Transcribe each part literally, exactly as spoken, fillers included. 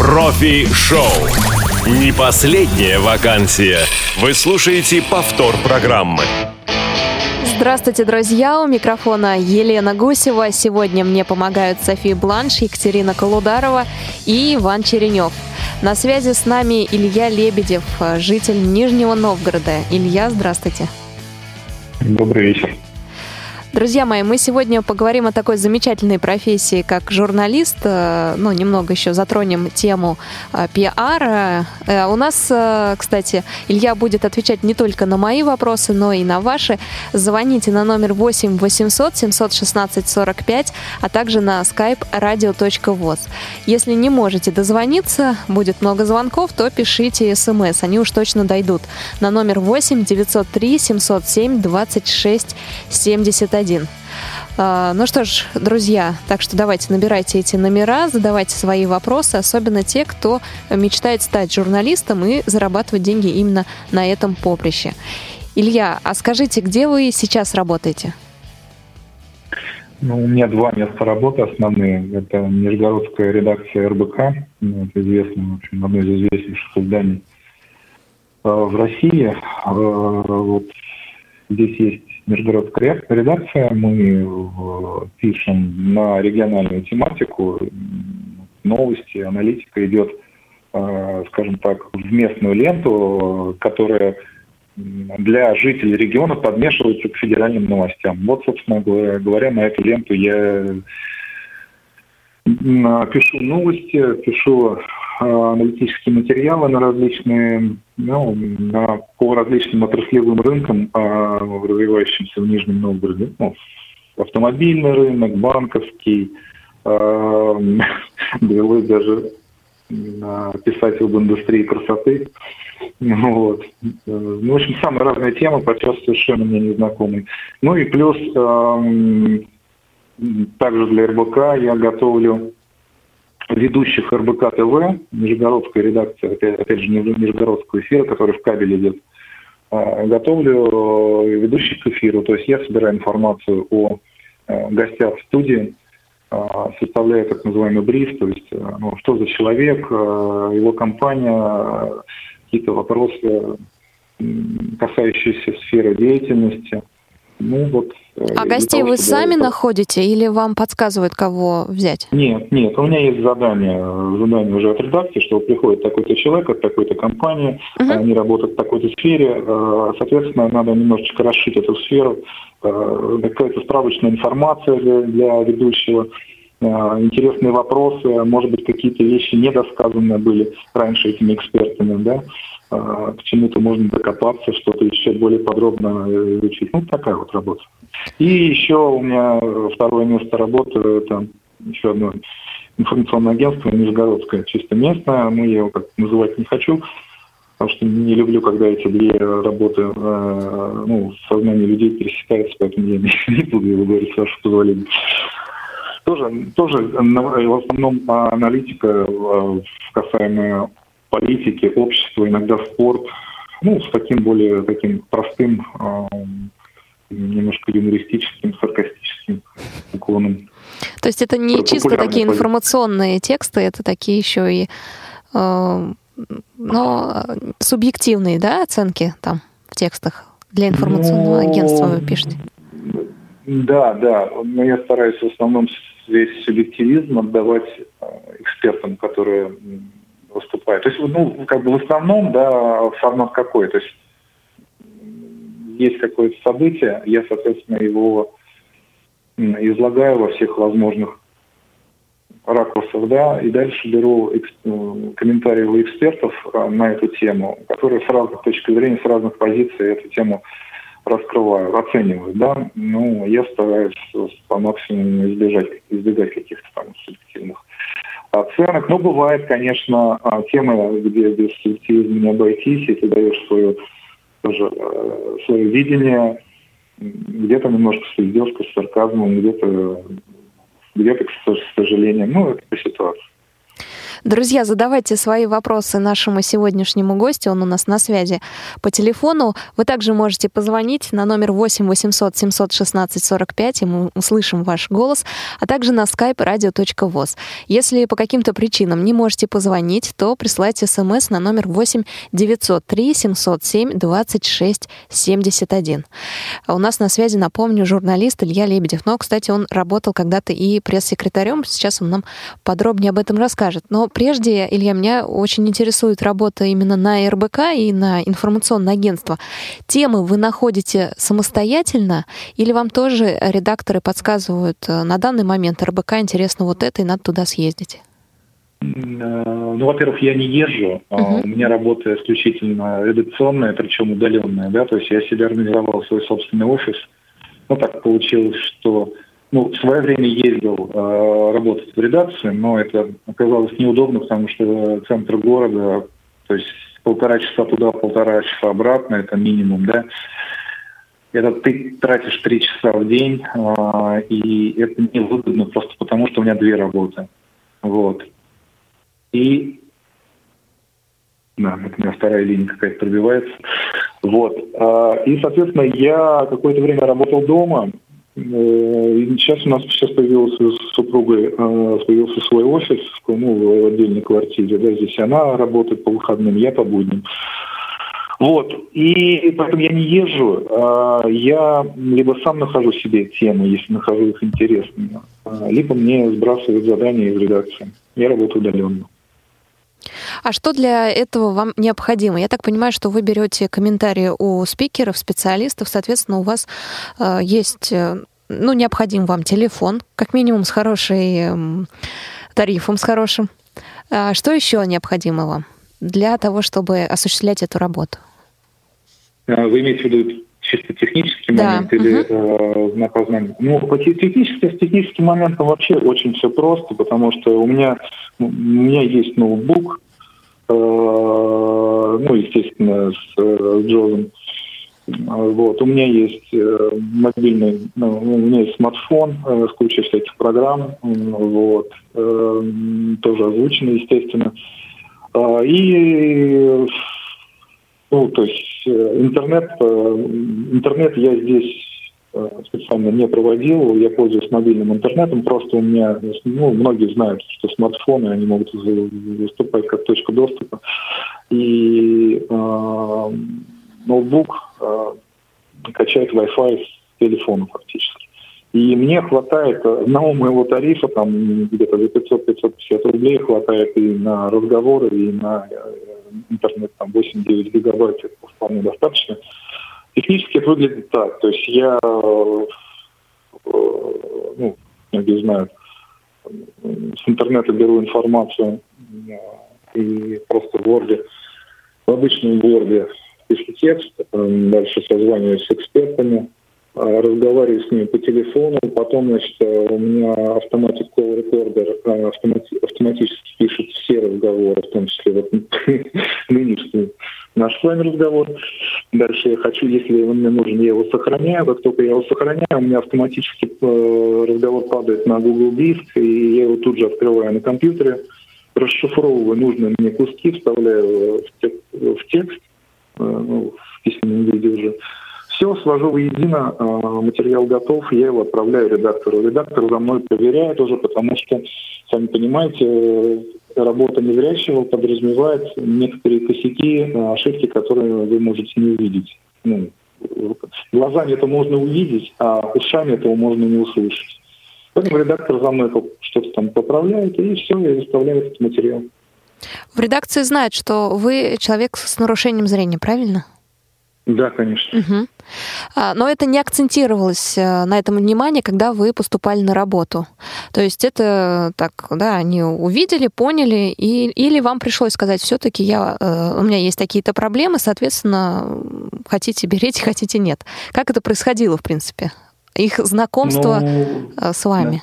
Профи-шоу. Не последняя вакансия. Вы слушаете повтор программы. Здравствуйте, друзья! У микрофона Елена Гусева. Сегодня мне помогают София Бланш, Екатерина Колударова и Иван Черенев. На связи с нами Илья Лебедев, житель Нижнего Новгорода. Илья, здравствуйте. Добрый вечер. Друзья мои, мы сегодня поговорим о такой замечательной профессии, как журналист. Ну, немного еще затронем тему пиара. У нас, кстати, Илья будет отвечать не только на мои вопросы, но и на ваши. Звоните на номер восемь восемьсот семьсот шестнадцать сорок пять, а также на skype radio точка voz. Если не можете дозвониться, будет много звонков, то пишите смс, они уж точно дойдут. На номер восемь девятьсот три семьсот семь двадцать шесть семьдесят один. Ну что ж, друзья, так что давайте набирайте эти номера, задавайте свои вопросы, особенно те, кто мечтает стать журналистом и зарабатывать деньги именно на этом поприще. Илья, а скажите, где вы сейчас работаете? Ну, у меня два места работы основные. Это нижегородская редакция эр бэ ка, ну, это известно, в общем, одно из известнейших изданий в России. Вот здесь есть нижегородская редакция, мы пишем на региональную тематику, новости, аналитика идет, скажем так, в местную ленту, которая для жителей региона подмешивается к федеральным новостям. Вот, собственно говоря, на эту ленту я пишу новости, пишу аналитические материалы на различные, ну, на, по различным отраслевым рынкам, а, развивающимся в Нижнем Новгороде. Ну, автомобильный рынок, банковский, а, довелось даже писать об индустрии красоты. Вот. Ну, в общем, самые разные темы, подчас совершенно мне незнакомые. Ну и плюс, а, также для эр бэ ка я готовлю ведущих эр бэ ка тэ вэ, нижегородская редакция, опять, опять же, нижегородского эфира, который в кабеле идет, готовлю ведущих к эфиру. То есть я собираю информацию о гостях в студии, составляю так называемый бриф, то есть ну, что за человек, его компания, какие-то вопросы, касающиеся сферы деятельности. Ну, вот, а гостей того, вы сами это... находите или вам подсказывают, кого взять? Нет, нет, у меня есть задание, задание уже от редакции, что приходит такой-то человек от такой-то компании, uh-huh. они работают в такой-то сфере, соответственно, надо немножечко расширить эту сферу, какая-то справочная информация для, для ведущего, интересные вопросы, может быть, какие-то вещи недосказанные были раньше этими экспертами, да, к чему-то можно докопаться, что-то еще более подробно изучить. Ну, такая вот работа. И еще у меня второе место работы, это еще одно информационное агентство нижегородское, чисто местное, но я его как называть не хочу, потому что не люблю, когда эти две работы, ну, в сознании людей пересекаются, поэтому я не буду его говорить, с вашего позволения. Тоже, тоже в основном аналитика, касаемая политики, общества, иногда спорт, ну, с таким более таким простым, немножко юмористическим, саркастическим уклоном. То есть это не чисто такие информационные тексты, это такие еще и э, но субъективные, да, оценки там в текстах для информационного ну, агентства вы пишете? Да, да. Но я стараюсь в основном весь субъективизм отдавать экспертам, которые выступают. То есть, ну, как бы в основном, да, формат какой? То есть есть какое-то событие, я, соответственно, его излагаю во всех возможных ракурсах, да, и дальше беру эксп... комментарии у экспертов на эту тему, которые с разных точек зрения, с разных позиций эту тему раскрываю, оцениваю, да. Ну, я стараюсь по максимуму избежать, избегать каких-то там субъективных оценок. Но бывает, конечно, темы, где без субъективизма не обойтись, и ты даешь свое, тоже, свое видение, где-то немножко с издевкой, с сарказмом, где-то, где-то, к сожалению, ну, это ситуация. Друзья, задавайте свои вопросы нашему сегодняшнему гостю, он у нас на связи по телефону. Вы также можете позвонить на номер восемь восемьсот семьсот шестнадцать сорок пять, и мы услышим ваш голос, а также на skype radio точка voz. Если по каким-то причинам не можете позвонить, то присылайте смс на номер восемь девятьсот три семьсот семь двадцать шесть семьдесят один. У нас на связи, напомню, журналист Илья Лебедев. Но, кстати, он работал когда-то и пресс-секретарем, сейчас он нам подробнее об этом расскажет. Но прежде, Илья, меня очень интересует работа именно на эр бэ ка и на информационное агентство. Темы вы находите самостоятельно или вам тоже редакторы подсказывают, на данный момент эр бэ ка интересно вот это, и надо туда съездить? Ну, во-первых, я не езжу, uh-huh. у меня работа исключительно редакционная, причем удаленная, да, то есть я себе организовал свой собственный офис. Ну, так получилось, что ну, в свое время ездил э, работать в редакции, но это оказалось неудобно, потому что центр города, то есть полтора часа туда, полтора часа обратно, это минимум, да. Это ты тратишь три часа в день, э, и это невыгодно просто потому, что у меня две работы. Вот. И... Да, это у меня вторая линия какая-то пробивается. Вот. И, соответственно, я какое-то время работал дома. И сейчас у нас сейчас появился с супругой появился свой офис, ну, в отдельной квартире. Да, здесь она работает по выходным, я по будням. Вот. И поэтому я не езжу. Я либо сам нахожу себе темы, если нахожу их интересными, либо мне сбрасывают задания из редакции. Я работаю удаленно. А что для этого вам необходимо? Я так понимаю, что вы берете комментарии у спикеров, специалистов, соответственно, у вас э, есть, э, ну, необходим вам телефон, как минимум с хорошим э, тарифом, с хорошим. А что еще необходимо вам для того, чтобы осуществлять эту работу? Вы имеете в виду чисто технический да. момент или угу. э, на познание? Ну, по технически, с техническим моментом вообще очень все просто, потому что у меня, у меня есть ноутбук, э, ну, естественно, с э, джозом. Вот. У меня есть э, мобильный, ну, у меня есть смартфон э, с кучей всяких программ, вот, э, тоже озвученный, естественно. Э, и Ну, то есть интернет, интернет я здесь специально не проводил, я пользуюсь мобильным интернетом, просто у меня, ну, многие знают, что смартфоны, они могут выступать как точка доступа, и э, ноутбук э, качает Wi-Fi с телефона фактически. И мне хватает одного моего тарифа, там где-то за пятьсот - пятьсот пятьдесят рублей хватает и на разговоры, и на интернет, там восемь-девять гигабайт, это вполне достаточно. Технически это выглядит так, то есть я, ну, многие знают, с интернета беру информацию и просто в Word, в обычном Word пишу текст, дальше созваниваюсь с экспертами, разговариваю с ними по телефону, потом, значит, у меня автоматик call recorder автомати- автоматически пишет все разговоры, в том числе вот нынешний наш с вами разговор. Дальше я хочу, если он мне нужен, я его сохраняю. Как только я его сохраняю, у меня автоматически разговор падает на Google диск, и я его тут же открываю на компьютере, расшифровываю нужные мне куски, вставляю в текст, в, текст, ну, в письменном виде уже. Все, свожу воедино, материал готов, я его отправляю редактору. Редактор за мной проверяет уже, потому что, сами понимаете, работа незрячего подразумевает некоторые косяки, ошибки, которые вы можете не увидеть. Ну, глазами это можно увидеть, а ушами этого можно не услышать. Поэтому редактор за мной что-то там поправляет, и все, и выставляет этот материал. В редакции знают, что вы человек с нарушением зрения, правильно? Да, конечно. Угу. А, но это не акцентировалось на этом внимание, когда вы поступали на работу. То есть это так, да, они увидели, поняли, и, или вам пришлось сказать, все-таки я, у меня есть такие-то проблемы, соответственно, хотите берите, хотите нет. Как это происходило, в принципе? Их знакомство ну, с вами?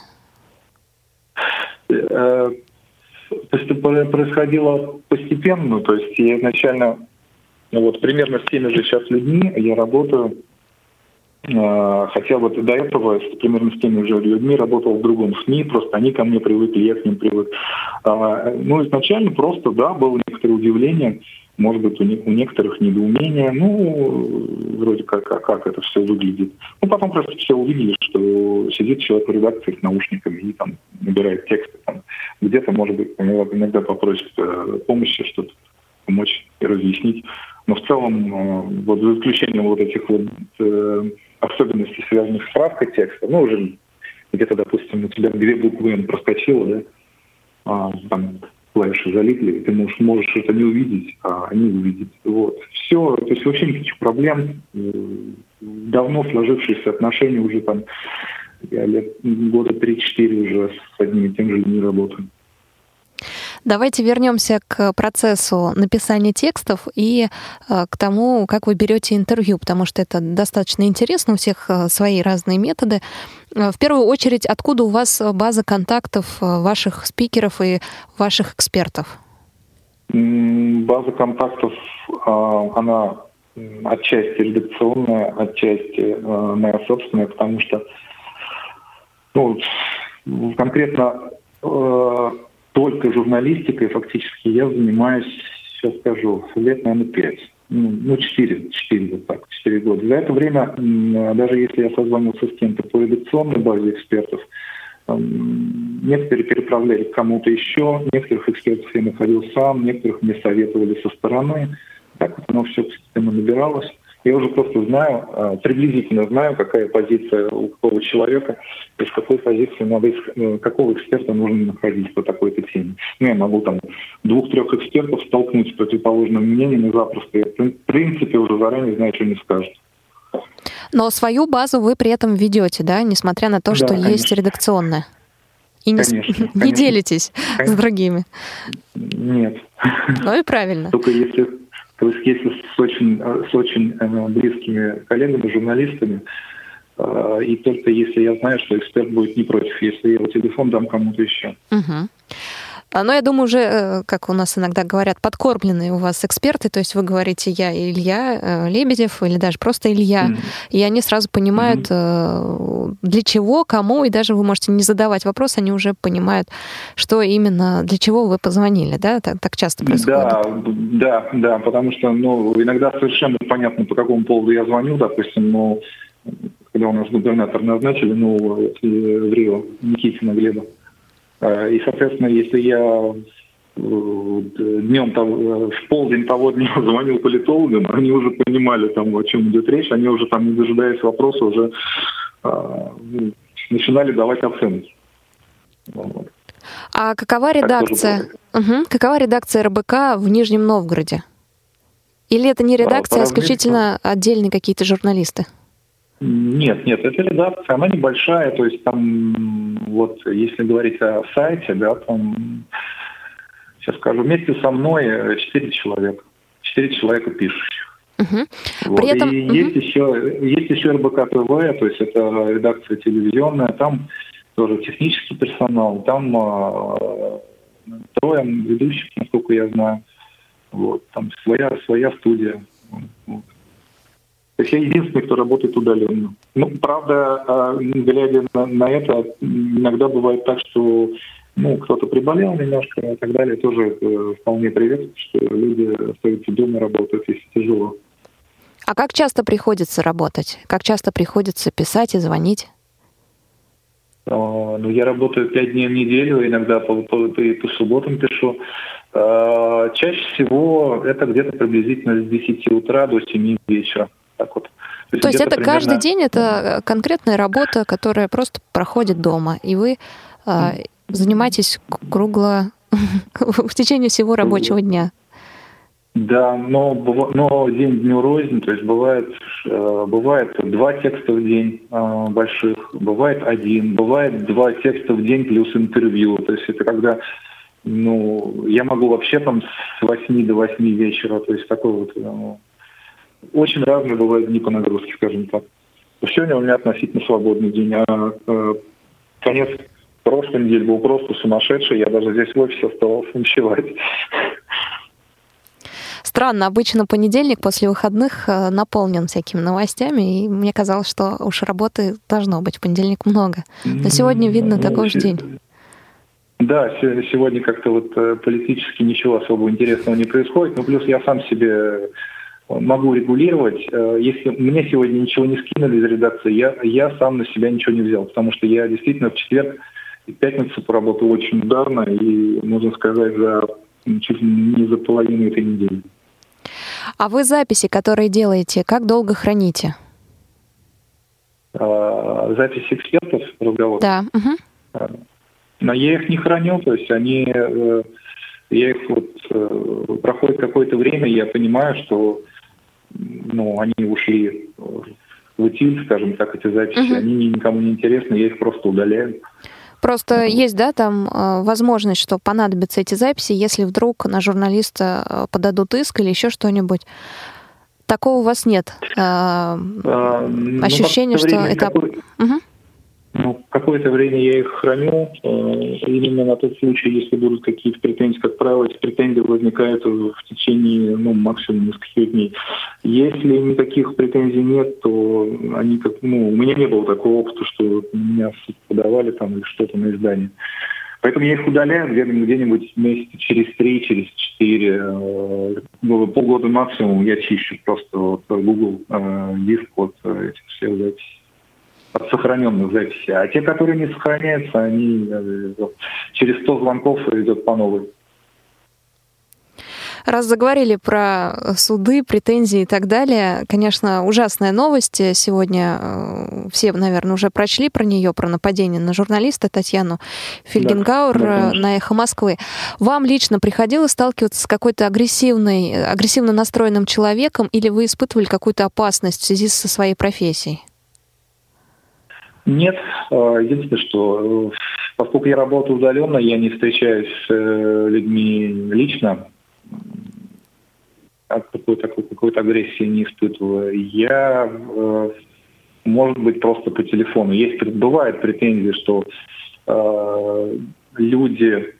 Да. Происходило постепенно, то есть я изначально... Вот примерно с теми же сейчас людьми я работаю Хотя вот до этого с, примерно с теми же людьми работал в другом СМИ, просто они ко мне привыкли, я к ним привык. Ну, изначально просто, да, было некоторое удивление, может быть, у, не, у некоторых недоумение, ну, вроде как, а как это все выглядит. Ну, потом просто все увидели, что сидит человек в редакции с наушниками и там набирает тексты, там, где-то, может быть, иногда попросит помощи, что-то помочь и разъяснить. Но в целом, вот за исключением вот этих вот э, особенностей, связанных с правкой текста, ну, уже где-то, допустим, у тебя две буквы Н проскочило, да, а, там клавиши залипли, ты можешь, можешь это не увидеть, а они увидят. Вот. Все, то есть вообще никаких проблем. Давно сложившиеся отношения уже там, я лет года три-четыре уже с одним и тем же не работаю. Давайте вернемся к процессу написания текстов и э, к тому, как вы берете интервью, потому что это достаточно интересно, у всех э, свои разные методы. Э, в первую очередь, откуда у вас база контактов э, ваших спикеров и ваших экспертов? База контактов, э, она отчасти редакционная, отчасти э, моя собственная, потому что ну, конкретно э, только журналистикой фактически я занимаюсь, сейчас скажу, лет, наверное, пять. Ну, четыре, четыре, вот так, четыре года. За это время, даже если я созвонился с кем-то по редакционной базе экспертов, некоторые переправляли к кому-то еще, некоторых экспертов я находил сам, некоторых мне советовали со стороны. Так вот оно все постепенно набиралось. Я уже просто знаю, приблизительно знаю, какая позиция у какого человека, и с какой позиции надо, какого эксперта нужно находить по такой-то теме. Ну, я могу там двух-трех экспертов столкнуть с противоположным мнением и запросто. Я, в принципе, уже заранее знаю, что они скажут. Но свою базу вы при этом ведете, да, несмотря на то, да, что конечно. Есть редакционная? И не, конечно, не конечно. делитесь конечно. С другими? Нет. Ну и правильно. Только если... То есть если с очень, с очень э, близкими коллегами, журналистами, э, и только если я знаю, что эксперт будет не против, если я его телефон дам кому-то еще. Угу. Но я думаю, уже, как у нас иногда говорят, подкормленные у вас эксперты, то есть вы говорите «я» и Илья Лебедев, или даже просто Илья, mm-hmm. и они сразу понимают, mm-hmm. для чего, кому, и даже вы можете не задавать вопрос, они уже понимают, что именно, для чего вы позвонили, да? Так, так часто происходит. Да, да, да, потому что ну, иногда совершенно понятно, по какому поводу я звоню, допустим, но когда у нас губернатора назначили нового в Рио, Никитина Глеба. И, соответственно, если я днем того, в полдень того дня звонил политологам, они уже понимали, там, о чем идет речь, они уже там, не дожидаясь вопроса, уже а, начинали давать оценки. Вот. А какова редакция? Угу. Какова редакция эр бэ ка в Нижнем Новгороде? Или это не редакция, а исключительно отдельные какие-то журналисты? Нет, нет, это редакция, она небольшая, то есть там, вот, если говорить о сайте, да, там, сейчас скажу, вместе со мной четыре человека, четыре человека пишущих. Угу. Вот. При этом... И угу. есть еще, есть еще эр бэ ка тэ вэ, то есть это редакция телевизионная, там тоже технический персонал, там э, трое ведущих, насколько я знаю, вот, там своя, своя студия, вот. То есть я единственный, кто работает удаленно. Ну, правда, глядя на, на это, иногда бывает так, что ну, кто-то приболел немножко и так далее. Тоже это вполне приветствует, что люди остаются дома, работают, если тяжело. А как часто приходится работать? Как часто приходится писать и звонить? А, ну, я работаю пять дней в неделю, иногда по, по, по, по субботам пишу. А, чаще всего это где-то приблизительно с десяти утра до семи вечера. Так вот. То есть, То есть это примерно... каждый день, это конкретная работа, которая просто проходит дома, и вы э, занимаетесь кругло в течение всего рабочего дня? Да, но, но день дню рознь, то есть бывает, бывает два текста в день э, больших, бывает один, бывает два текста в день плюс интервью, то есть это когда ну, я могу вообще там с восьми до восьми вечера, то есть такой вот... Ну, очень разные бывают дни по нагрузке, скажем так. Сегодня у меня относительно свободный день, а э, конец прошлой недели был просто сумасшедший. Я даже здесь в офисе оставался ночевать. Странно, обычно понедельник после выходных наполнен всякими новостями, и мне казалось, что уж работы должно быть в понедельник много. Но сегодня, видно, ну, такой уж день. Да, сегодня как-то вот политически ничего особо интересного не происходит, но плюс я сам себе могу регулировать. Если мне сегодня ничего не скинули из редакции, я, я сам на себя ничего не взял, потому что я действительно в четверг и пятницу поработал очень ударно, и, можно сказать, за чуть ли не за половину этой недели. А вы записи, которые делаете, как долго храните? А, записи экспертов, разговоров? Да. Угу. Но я их не храню, то есть они, я их вот, проходит какое-то время, я понимаю, что ну, они ушли в утиль, скажем так, эти записи, uh-huh. они никому не интересны, я их просто удаляю. Просто есть, да, там возможность, что понадобятся эти записи, если вдруг на журналиста подадут иск или еще что-нибудь. Такого у вас нет? А, ну, ощущение, что это... Какой... Uh-huh. Ну, какое-то время я их храню, э, именно на тот случай, если будут какие-то претензии. Как правило, эти претензии возникают в течение, ну, максимум нескольких дней. Если никаких претензий нет, то они как, ну, у меня не было такого опыта, что меня подавали там или что-то на издание. Поэтому я их удаляю где-нибудь месяца через три, через четыре, э, полгода максимум я чищу просто вот Google э, диск от этих всех записей. От сохраненных записей. А те, которые не сохраняются, они э, через сто звонков идет по новой. Раз заговорили про суды, претензии и так далее, конечно, ужасная новость. Сегодня все, наверное, уже прочли про нее, про нападение на журналиста Татьяну Фельгенгауэр да, да, на «Эхо Москвы». Вам лично приходилось сталкиваться с какой-то агрессивной, агрессивно настроенным человеком, или вы испытывали какую-то опасность в связи со своей профессией? Нет. Единственное, что поскольку я работаю удаленно, я не встречаюсь с людьми лично, какой-то, какой-то агрессии не испытываю. Я, может быть, просто по телефону. Есть, бывают претензии, что э, люди,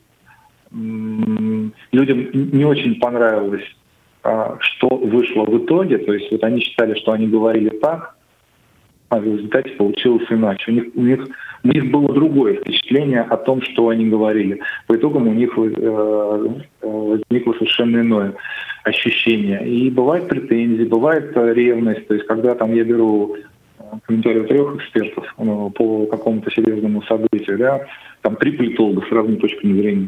людям не очень понравилось, что вышло в итоге. То есть вот они считали, что они говорили так, а в результате получилось иначе. У них, у них, у них было другое впечатление о том, что они говорили. По итогам у них э, возникло совершенно иное ощущение. И бывают претензии, бывает ревность. То есть когда там я беру комментарии трех экспертов ну, по какому-то серьезному событию, да, там три политолога с разными точками зрения.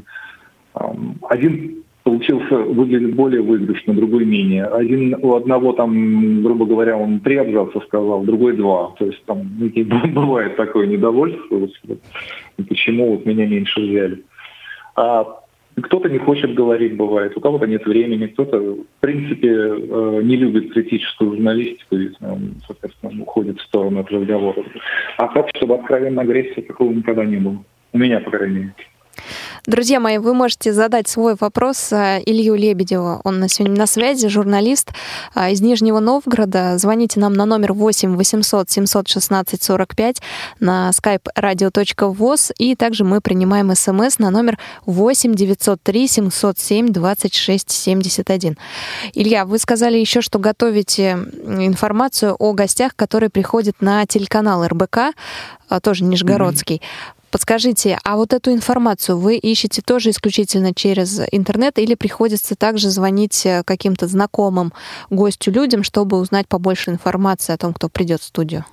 Один получился, выглядит более выигрышно, другой менее. Один у одного там, грубо говоря, он три абзаца сказал, другой два. То есть там бывает такое недовольство. Почему вот меня меньше взяли? А кто-то не хочет говорить, бывает, у кого-то нет времени, кто-то, в принципе, не любит критическую журналистику, и, соответственно, уходит в сторону от разговора. А так, чтобы откровенной агрессии, такого никогда не было. У меня, по крайней мере. Друзья мои, вы можете задать свой вопрос Илью Лебедеву. Он на сегодня на связи, журналист из Нижнего Новгорода. Звоните нам на номер восемь восемьсот семьсот шестнадцать сорок пять на skype radio точка voz. И также мы принимаем смс на номер восемь девятьсот три семьсот семь двадцать шесть семьдесят один. Илья, вы сказали еще, что готовите информацию о гостях, которые приходят на телеканал эр бэ ка, тоже нижегородский. Mm-hmm. Подскажите, а вот эту информацию вы ищете тоже исключительно через интернет или приходится также звонить каким-то знакомым гостю людям, чтобы узнать побольше информации о том, кто придет в студию?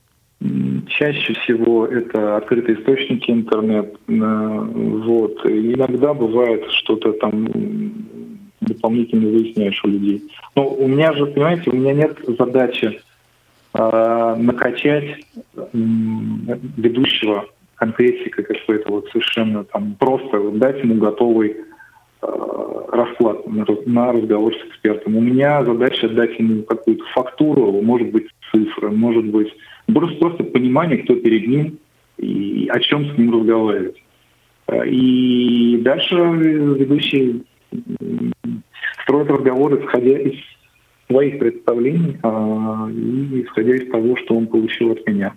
Чаще всего это открытые источники интернет. Вот. Иногда бывает что-то там дополнительно выясняешь у людей. Но у меня же, понимаете, у меня нет задачи э, накачать э, ведущего конкретика какой-то вот совершенно там просто дать ему готовый э, расклад на, на разговор с экспертом. У меня задача дать ему какую-то фактуру, может быть цифры, может быть просто, просто понимание, кто перед ним и о чем с ним разговаривать. И дальше ведущий строит разговор, исходя из своих представлений а, и исходя из того, что он получил от меня.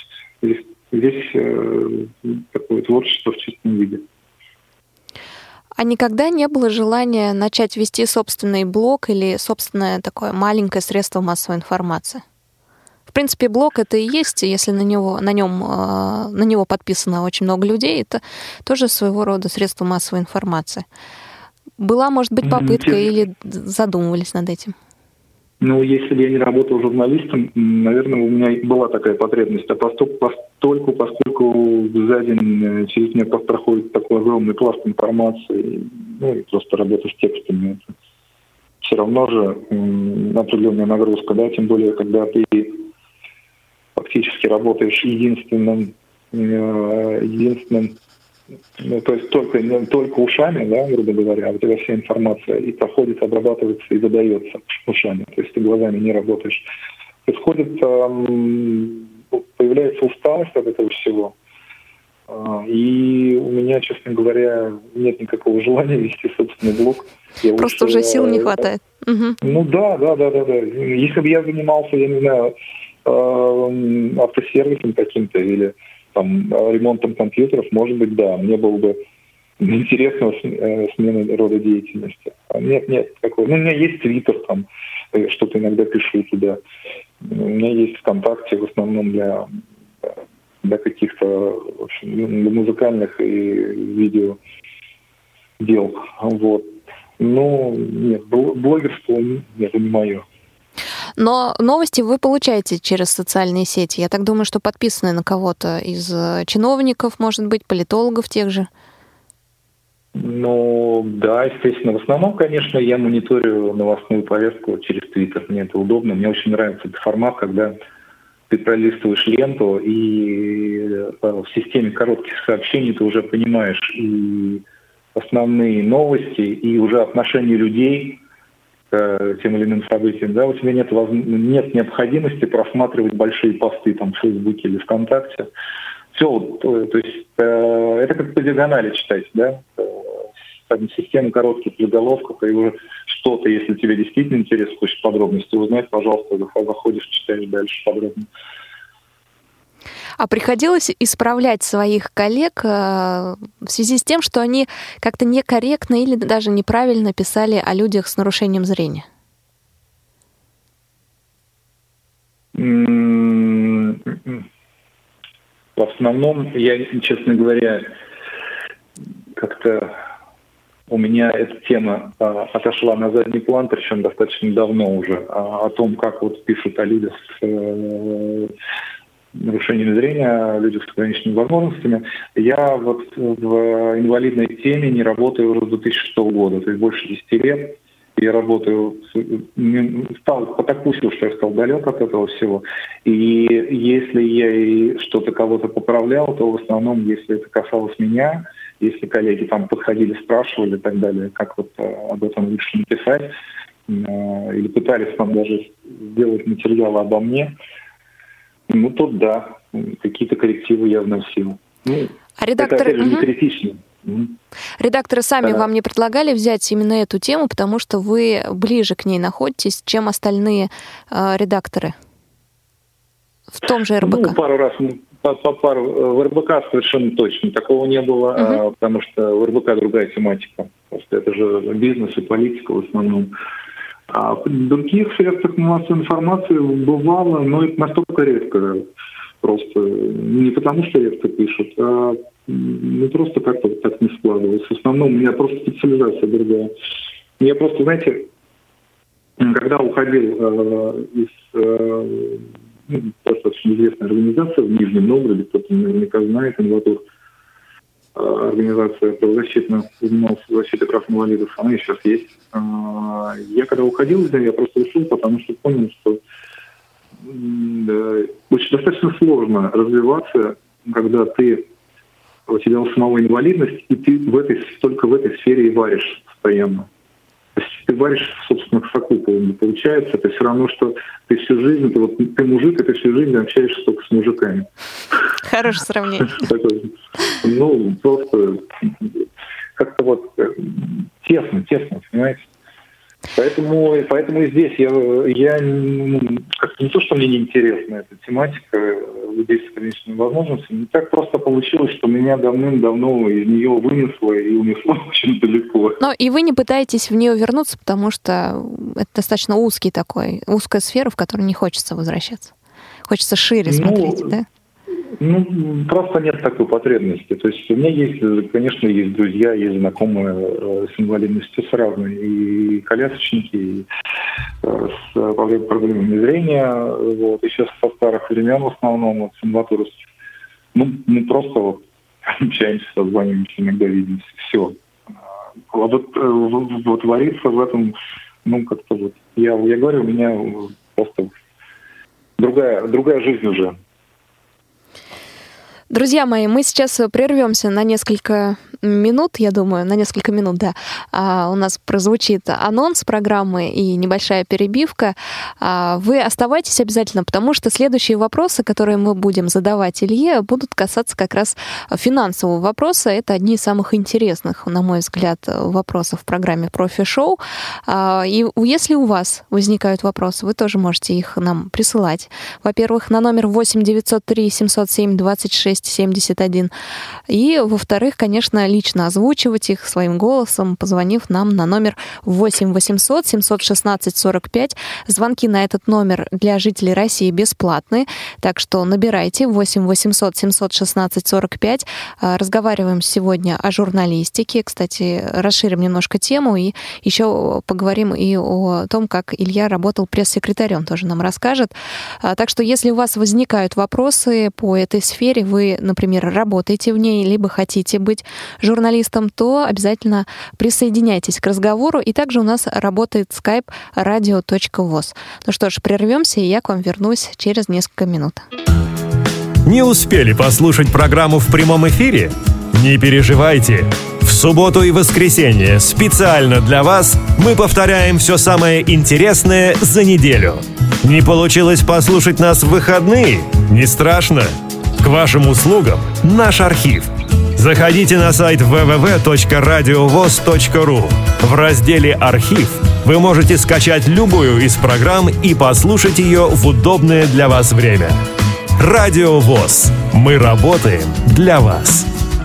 Здесь Здесь э, такое творчество в чистом виде. А никогда не было желания начать вести собственный блог или собственное такое маленькое средство массовой информации? В принципе, блог это и есть, если на него, на нем, на него подписано очень много людей, это тоже своего рода средство массовой информации. Была, может быть, попытка mm-hmm. или задумывались над этим? Ну, если бы я не работал журналистом, наверное, у меня была такая потребность. А постольку, постольку поскольку за день через меня проходит такой огромный пласт информации, ну, и просто работа с текстами, это все равно же м, определенная нагрузка, да, тем более, когда ты фактически работаешь единственным, э, единственным, ну, то есть только, только ушами, да, грубо говоря, а у тебя вся информация и проходит, обрабатывается и выдается ушами, то есть ты глазами не работаешь. Происходит, эм, появляется усталость от этого всего, э, и у меня, честно говоря, нет никакого желания вести собственный блог. Я Просто лучше, уже сил не э, хватает. Э, угу. Ну да, да, да, да, да. Если бы я занимался, я не знаю, э, автосервисом каким-то или там ремонтом компьютеров, может быть, да, мне было бы интересно смена рода деятельности. А нет, нет, такого. Ну, у меня есть Твиттер, там, что-то иногда пишу туда. У меня есть ВКонтакте в основном для, для каких-то, в общем, для музыкальных и видео дел. Вот. Ну, нет, блогерство, нет, это не мое. Но новости вы получаете через социальные сети. Я так думаю, что подписаны на кого-то из чиновников, может быть, политологов тех же. Ну, да, естественно. В основном, конечно, я мониторю новостную повестку через Твиттер. Мне это удобно. Мне очень нравится этот формат, когда ты пролистываешь ленту, и в системе коротких сообщений ты уже понимаешь и основные новости, и уже отношение людей к тем или иным событиям. Да, у тебя нет, воз... нет необходимости просматривать большие посты там, в Фейсбуке или ВКонтакте. Все, то, то есть э, это как по диагонали читать, да, э, система коротких заголовков, и уже что-то, если тебе действительно интересно, хочешь подробности узнать, пожалуйста, заходишь, читаешь дальше подробно. А приходилось исправлять своих коллег в связи с тем, что они как-то некорректно или даже неправильно писали о людях с нарушением зрения? В основном, я, честно говоря, как-то у меня эта тема а, отошла на задний план, причем достаточно давно уже, а, о том, как вот пишут о людях с э, нарушением зрения, людях с ограниченными возможностями. Я вот в инвалидной теме не работаю уже с две тысячи шестого года, то есть больше десяти лет. Я работаю, стал, потокусил, что я стал далек от этого всего. И если я и что-то кого-то поправлял, то в основном, если это касалось меня, если коллеги там подходили, спрашивали и так далее, как вот об этом лучше написать, или пытались там даже сделать материалы обо мне, ну, тут да, какие-то коррективы я вносил. Ну, а редактор... это, опять же, не угу. критично. Угу. Редакторы сами да. вам не предлагали взять именно эту тему, потому что вы ближе к ней находитесь, чем остальные э, редакторы в том же эр бэ ка? Ну, пару раз, по, по пару, в эр бэ ка совершенно точно такого не было, угу. а, потому что в эр бэ ка другая тематика. Просто это же бизнес и политика в основном. А в других средствах массовой информации бывало, но это настолько редко. Просто не потому, что редко пишут, а ну, просто как-то так не складывается. В основном у меня просто специализация другая. Я просто, знаете, когда уходил э, из э, ну, достаточно известной организации в Нижнем Новгороде, кто-то наверняка знает, Инватур, э, организация правозащитная, занималась защитой прав инвалидов, она и сейчас есть. Э, я когда уходил из нее, я просто ушел, потому что понял, что э, очень достаточно сложно развиваться, когда ты у тебя у самого инвалидность, и ты в этой, только в этой сфере и варишь постоянно. То есть ты варишь в собственных соку, получается. Это все равно, что ты всю жизнь, ты, вот, ты мужик, и ты всю жизнь общаешься только с мужиками. Хорошее сравнение. Ну, просто как-то вот тесно, тесно, понимаете? Поэтому, поэтому и здесь я, я ну, как, не то, что мне неинтересна эта тематика, людей с ограниченными возможностями. И так просто получилось, что меня давным-давно из нее вынесло и унесло очень далеко. Но и вы не пытаетесь в нее вернуться, потому что это достаточно узкий такой, узкая сфера, в которую не хочется возвращаться. Хочется шире смотреть, ну, да? Ну, просто нет такой потребности. То есть у меня есть, конечно, есть друзья, есть знакомые с инвалидностью с разной, и колясочники, и с проблемами зрения, вот, еще со старых времен в основном, вот, с инватуростью. Ну, мы просто вот общаемся, созваниваемся, иногда видимся, все. А вот, вот вариться в этом, ну, как-то вот, я, я говорю, у меня просто другая, другая жизнь уже. Друзья мои, мы сейчас прервемся на несколько минут, я думаю, на несколько минут, да. А, у нас прозвучит анонс программы и небольшая перебивка. А, вы оставайтесь обязательно, потому что следующие вопросы, которые мы будем задавать Илье, будут касаться как раз финансового вопроса. Это одни из самых интересных, на мой взгляд, вопросов в программе «Профи-шоу». А, и если у вас возникают вопросы, вы тоже можете их нам присылать. Во-первых, на номер восемь девятьсот три семьсот семь двадцать шесть семьдесят один. И, во-вторых, конечно, лично озвучивать их своим голосом, позвонив нам на номер восемь восемьсот семьсот шестнадцать сорок пять. Звонки на этот номер для жителей России бесплатные, так что набирайте восемь восемьсот семьсот шестнадцать сорок пять. Разговариваем сегодня о журналистике. Кстати, расширим немножко тему и еще поговорим и о том, как Илья работал пресс-секретарем, тоже нам расскажет. Так что, если у вас возникают вопросы по этой сфере, вы, например, работаете в ней, либо хотите быть журналистом, то обязательно присоединяйтесь к разговору. И также у нас работает skype radio точка voz. Ну что ж, прервемся, и я к вам вернусь через несколько минут. Не успели послушать программу в прямом эфире? Не переживайте. В субботу и воскресенье специально для вас мы повторяем все самое интересное за неделю. Не получилось послушать нас в выходные? Не страшно. К вашим услугам наш архив. Заходите на сайт дабл ю дабл ю дабл ю точка радиовоз точка ру. В разделе «Архив» вы можете скачать любую из программ и послушать ее в удобное для вас время. Радио ВОС. Мы работаем для вас.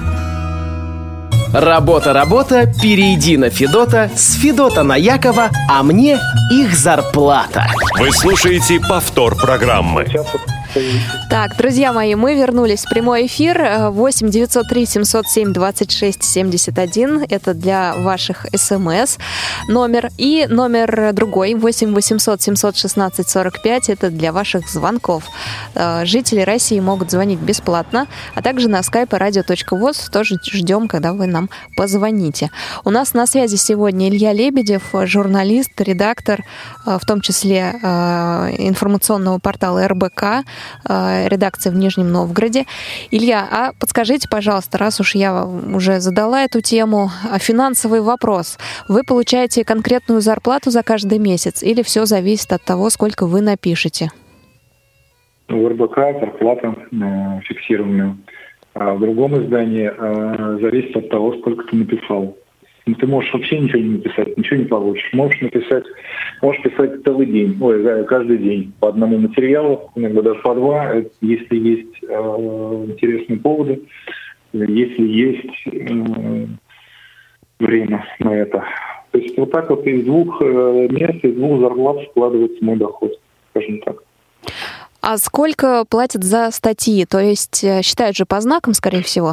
Работа, работа, перейди на Федота, с Федота на Якова, а мне их зарплата. Вы слушаете повтор программы. Так, друзья мои, мы вернулись в прямой эфир. восемь девятьсот три семьсот семь двадцать шесть семьдесят один. Это для ваших смс номер. И номер другой, восемь восемьсот семьсот шестнадцать сорок пять. Это для ваших звонков. Жители России могут звонить бесплатно, а также на skype radio точка voz. Тоже ждем, когда вы нам позвоните. У нас на связи сегодня Илья Лебедев, журналист, редактор, в том числе информационного портала эр бэ ка, редакция в Нижнем Новгороде. Илья, а подскажите, пожалуйста, раз уж я уже задала эту тему, финансовый вопрос. Вы получаете конкретную зарплату за каждый месяц или все зависит от того, сколько вы напишете? В эр бэ ка зарплата э, фиксированная. А в другом издании э, зависит от того, сколько ты написал. Ну, ты можешь вообще ничего не написать, ничего не получишь. Можешь написать, можешь писать целый день, ой, каждый день по одному материалу, иногда даже по два, если есть э, интересные поводы, если есть э, время на это. То есть вот так вот из двух э, мест, из двух зарплат складывается мой доход, скажем так. А сколько платят за статьи? То есть считают же по знакам, скорее всего?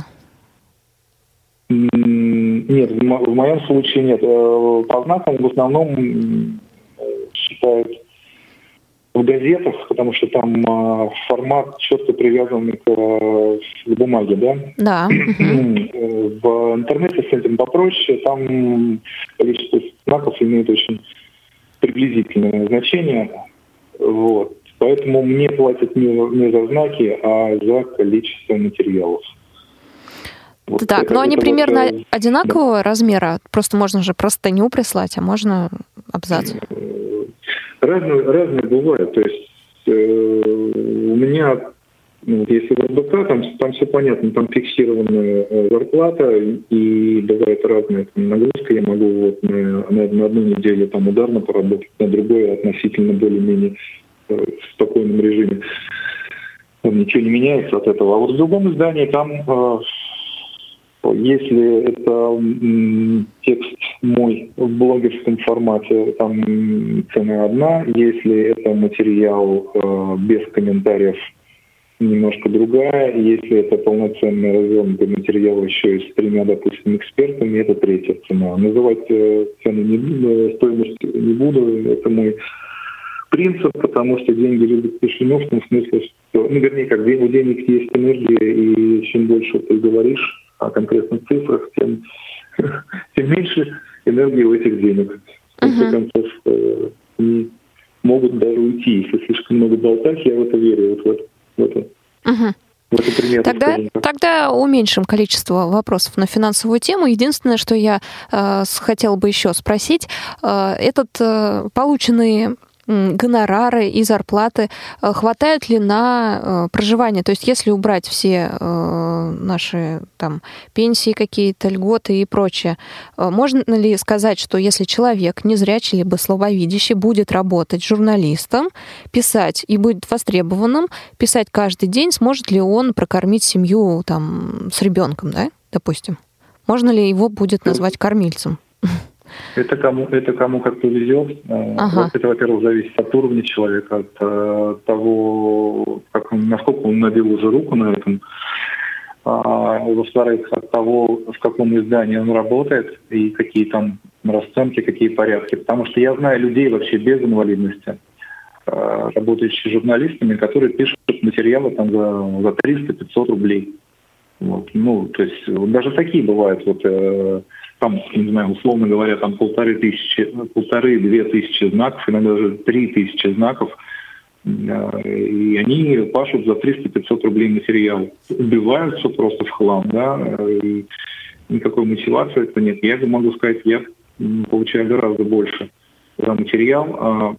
Нет, в моем случае нет. По знакам в основном считают в газетах, потому что там формат четко привязан к бумаге, да? Да. В интернете с этим попроще, там количество знаков имеет очень приблизительное значение. Вот. Поэтому мне платят не, не за знаки, а за количество материалов. Вот так, это, но они примерно вот, одинакового да. размера? Просто можно же простыню прислать, а можно абзац? Разные, разные бывают. То есть э, у меня, ну, если в эр бэ ка, там, там все понятно, там фиксированная зарплата, и бывает разная там, нагрузка. Я могу вот на, на, на одну неделю там ударно поработать, на другой относительно более-менее в спокойном режиме. ничего не меняется от этого. А вот в другом издании там, если это текст мой в блогерском формате, там цена одна. Если это материал без комментариев, немножко другая. Если это полноценный развернутый материал еще и с тремя, допустим, экспертами, это третья цена. Называть цену не буду, стоимость не буду. Это мой принцип, потому что деньги любят тишину, в том смысле, что, ну, вернее, как, у денег есть энергия, и чем больше ты говоришь о конкретных цифрах, тем, тем меньше энергии у этих денег. В конце концов, они могут даже уйти, если слишком много болтать, я в это верю, вот в это. В это. Угу. В это пример, тогда, тогда уменьшим количество вопросов на финансовую тему. Единственное, что я э, хотела бы еще спросить, э, этот э, полученные гонорары и зарплаты хватают ли на проживание? То есть если убрать все наши там пенсии какие-то, льготы и прочее, можно ли сказать, что если человек незрячий либо слабовидящий будет работать журналистом, писать и будет востребованным, писать каждый день, сможет ли он прокормить семью там с ребенком, да, допустим? Можно ли его будет назвать кормильцем? Это кому, это кому как повезет. Ага. Это, во-первых, зависит от уровня человека, от, от того, как он, насколько он набил уже руку на этом. А, во-вторых, от того, в каком издании он работает и какие там расценки, какие порядки. Потому что я знаю людей вообще без инвалидности, работающих журналистами, которые пишут материалы там за, за триста-пятьсот рублей. Вот. Ну, то есть даже такие бывают. Вот, там, не знаю, условно говоря, там полторы тысячи, полторы-две тысячи знаков, иногда даже три тысячи знаков, и они пашут за триста-пятьсот рублей материал. Убиваются просто в хлам, да, и никакой мотивации это нет. Я могу сказать, я получаю гораздо больше за материал,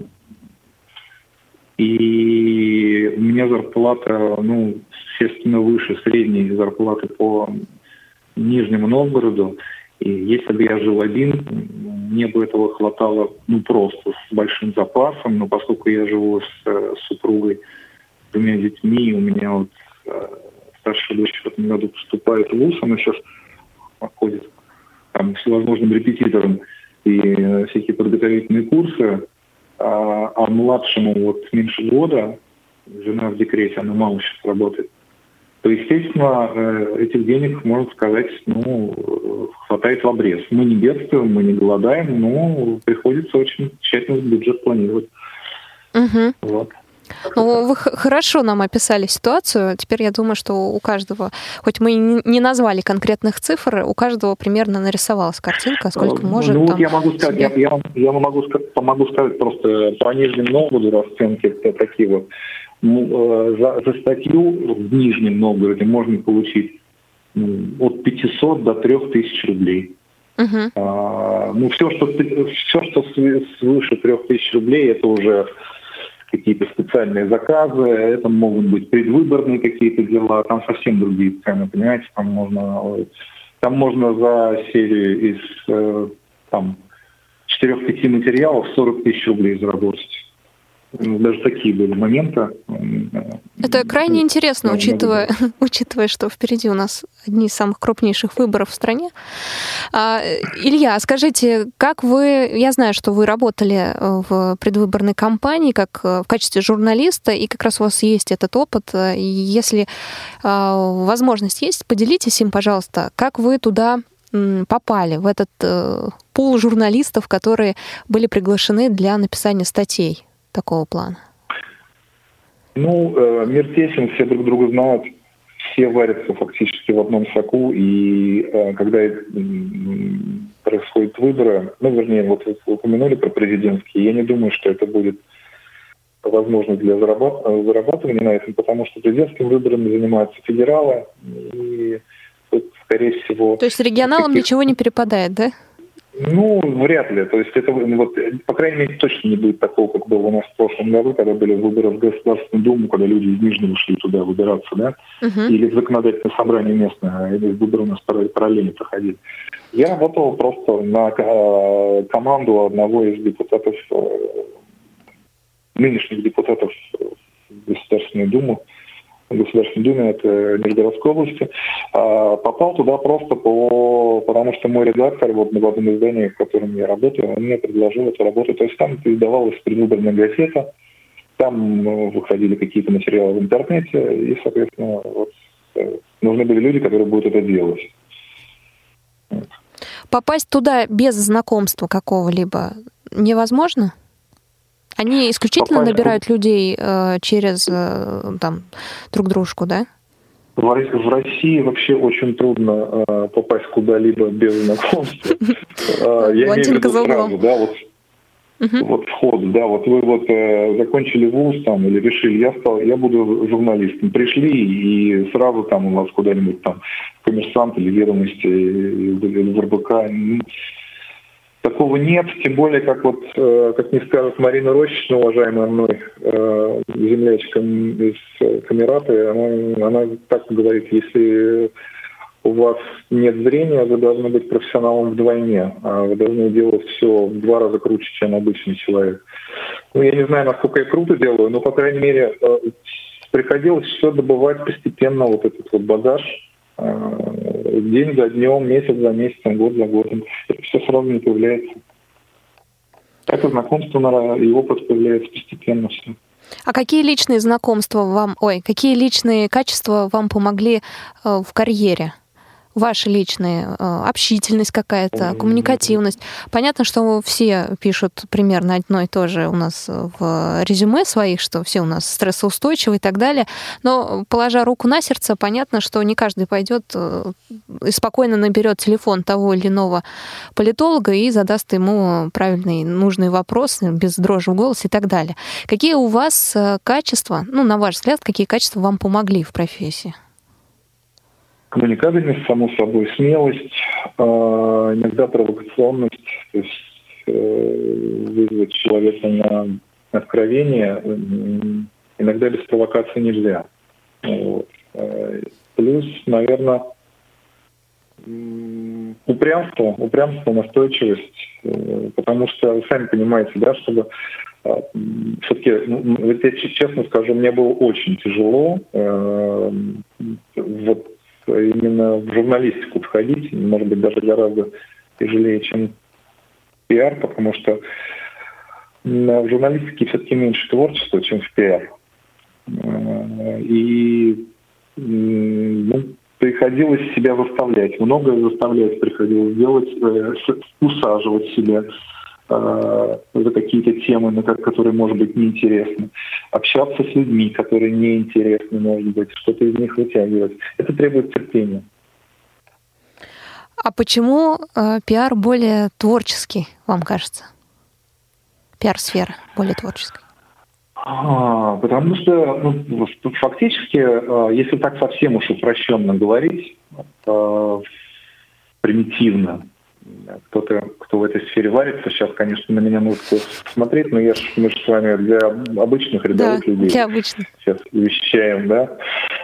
и у меня зарплата, ну, естественно, выше средней зарплаты по Нижнему Новгороду. И если бы я жил один, мне бы этого хватало, ну, просто с большим запасом. Но поскольку я живу с, с супругой, с двумя детьми, у меня вот э, старшая дочь в этом году поступает в вуз, она сейчас ходит там всевозможным репетитором и э, всякие подготовительные курсы, а, а младшему вот меньше года, жена в декрете, она мало сейчас работает, то, естественно, этих денег, можно сказать, ну, хватает в обрез. Мы не бедствуем, мы не голодаем, но приходится очень тщательно бюджет планировать. Угу. Вот. Ну, вы хорошо нам описали ситуацию. Теперь я думаю, что у каждого, хоть мы не назвали конкретных цифр, у каждого примерно нарисовалась картинка, сколько может. Ну, там вот я могу сказать, себе... я, я, я могу, помогу сказать просто по Нижнему Новгороду расценки такие вот. За, за статью в Нижнем Новгороде можно получить, ну, от пятисот до трёх тысяч рублей. Uh-huh. А, ну, все, что, все, что свыше трех тысяч рублей, это уже какие-то специальные заказы, это могут быть предвыборные какие-то дела, там совсем другие цены, понимаете, там можно, там можно за серию из там, четырех-пяти материалов сорок тысяч рублей заработать. Даже такие были моменты. Это крайне интересно, да, учитывая, учитывая, что впереди у нас одни из самых крупнейших выборов в стране. А, Илья, скажите, как вы... Я знаю, что вы работали в предвыборной кампании как в качестве журналиста, и как раз у вас есть этот опыт. И если а, возможность есть, поделитесь им, пожалуйста, как вы туда попали, в этот а, пул журналистов, которые были приглашены для написания статей такого плана? Ну, э, мир тесен, все друг друга знают, все варятся фактически в одном соку, и э, когда э, происходят выборы, ну, вернее, вот вы упомянули про президентские, я не думаю, что это будет возможно для зарабат- зарабатывания на этом, потому что президентскими выборами занимаются федералы, и тут, скорее всего... То есть регионалам таких... ничего не перепадает, да? Ну, вряд ли. То есть это, вот, по крайней мере, точно не будет такого, как было у нас в прошлом году, когда были выборы в Государственную Думу, когда люди из Нижнего шли туда выбираться, да, uh-huh. или в законодательное собрание местное, или выборы у нас параллельно проходили. Я работал просто на э, команду одного из депутатов, э, нынешних депутатов в Государственную Думу, Государственной Думе, это Нижегородской области. А попал туда просто по, потому что мой редактор вот, в одном издании, в котором я работаю, он мне предложил эту работу. То есть там издавалась предвыборная газета, там выходили какие-то материалы в интернете, и, соответственно, вот, нужны были люди, которые будут это делать. Попасть туда без знакомства какого-либо невозможно? Они исключительно Попасть набирают людей э, через э, там, друг дружку, да? В, в России вообще очень трудно э, попасть куда-либо без знакомства. Я имею в виду сразу, да, вот. Uh-huh. Вот вход, да, вот вы вот э, закончили вуз там или решили, я стал, я буду журналистом, пришли и сразу там у вас куда-нибудь там Коммерсант или Ведомости или в эр бэ ка. Такого нет, тем более, как вот, э, как мне скажет Марина Рощична, уважаемая мной э, землячка из Камераты, она, она так говорит, если у вас нет зрения, вы должны быть профессионалом вдвойне, а вы должны делать все в два раза круче, чем обычный человек. Ну, я не знаю, насколько я круто делаю, но, по крайней мере, приходилось все добывать постепенно, вот этот вот багаж, день за днем, месяц за месяцем, год за годом. Это все сразу не появляется. Это знакомство и опыт появляется постепенно все. А какие личные знакомства вам, ой, какие личные качества вам помогли э, в карьере? Ваши личные, э, общительность какая-то, коммуникативность. Понятно, что все пишут примерно одно и то же у нас в резюме своих, что все у нас стрессоустойчивы и так далее, но, положа руку на сердце, понятно, что не каждый пойдет и спокойно наберет телефон того или иного политолога и задаст ему правильный, нужный вопрос без дрожи в голосе и так далее. Какие у вас качества, ну, на ваш взгляд, какие качества вам помогли в профессии? Коммуникабельность, само собой, смелость, э, иногда провокационность, то есть э, вызвать человека на откровение, э, иногда без провокации нельзя. Вот. Э, плюс, наверное, упрямство, упрямство, настойчивость, э, потому что, вы сами понимаете, да, чтобы э, все-таки, ну, я честно скажу, мне было очень тяжело э, вот именно в журналистику входить, может быть, даже гораздо тяжелее, чем пиар, потому что в журналистике все-таки меньше творчества, чем в пиар. И ну, приходилось себя заставлять, многое заставлять приходилось делать, усаживать себя за какие-то темы, на которые, может быть, неинтересны, общаться с людьми, которые неинтересны, может быть, что-то из них вытягивать. Это требует терпения. А почему э, пиар более творческий, вам кажется? Пиар-сфера более творческая? А, потому что ну, фактически, если так совсем уж упрощенно говорить, э, примитивно, кто-то, кто в этой сфере варится, сейчас, конечно, на меня нужно смотреть, но я ж, мы же с вами для обычных рядовых да, людей для обычных. Сейчас вещаем, да.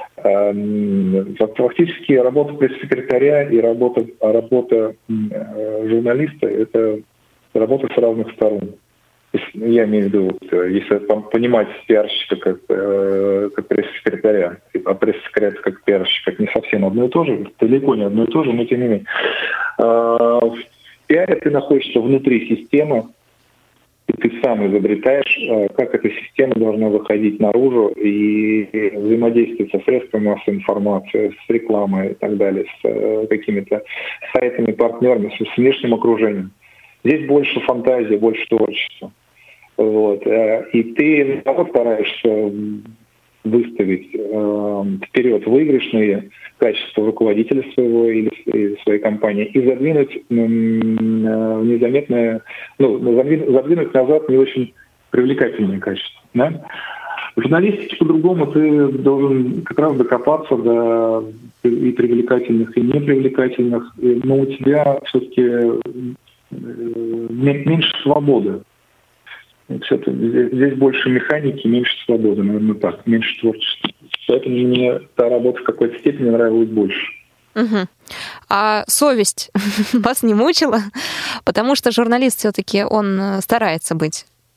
Фактически работа пресс-секретаря и работа, работа журналиста – это работа с разных сторон. Я имею в виду, если понимать пиарщика как, как пресс-секретаря, а пресс-секретарь как пиарщик, это не совсем одно и то же, далеко не одно и то же, но тем не менее. В пиаре ты находишься внутри системы, и ты сам изобретаешь, как эта система должна выходить наружу и взаимодействовать со средствами массовой информации, с рекламой и так далее, с какими-то сайтами, партнерами, с внешним окружением. Здесь больше фантазии, больше творчества. Вот. И ты наоборот стараешься выставить э, вперед выигрышные качества руководителя своего или своей компании и задвинуть э, незаметное, ну, задвинуть, задвинуть назад не очень привлекательные качества. Да? В журналистике по-другому ты должен как раз докопаться до и привлекательных, и непривлекательных, но у тебя все-таки меньше свободы. Здесь, здесь больше механики, меньше свободы, наверное, так, меньше творчества. Поэтому мне та работа в какой-то степени нравилась больше. Угу. А совесть вас не мучила? Потому что журналист все-таки он старается быть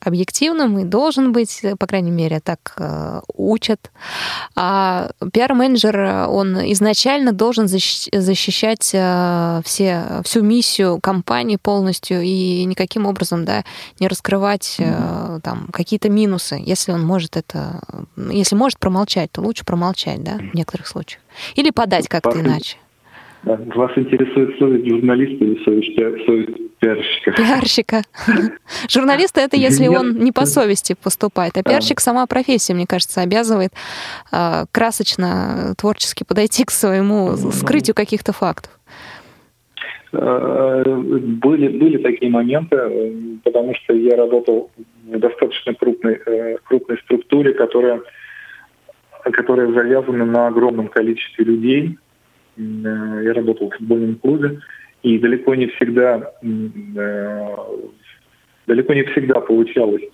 объективным и должен быть, по крайней мере, так э, учат. А пиар-менеджер, он изначально должен защищать э, все, всю миссию компании полностью и никаким образом, да, не раскрывать э, там какие-то минусы. Если он может это, если может промолчать, то лучше промолчать, да, в некоторых случаях. Или подать как-то иначе. Вас интересует совесть журналиста или совесть, совесть пиарщика? Пиарщика. Журналист — это если он не по совести поступает. А пиарщик — сама профессия, мне кажется, обязывает э, красочно, творчески подойти к своему скрытию каких-то фактов. Были, были такие моменты, потому что я работал в достаточно крупной, крупной структуре, которая, которая завязана на огромном количестве людей. Я работал в футбольном клубе, и далеко не всегда, далеко не всегда получалось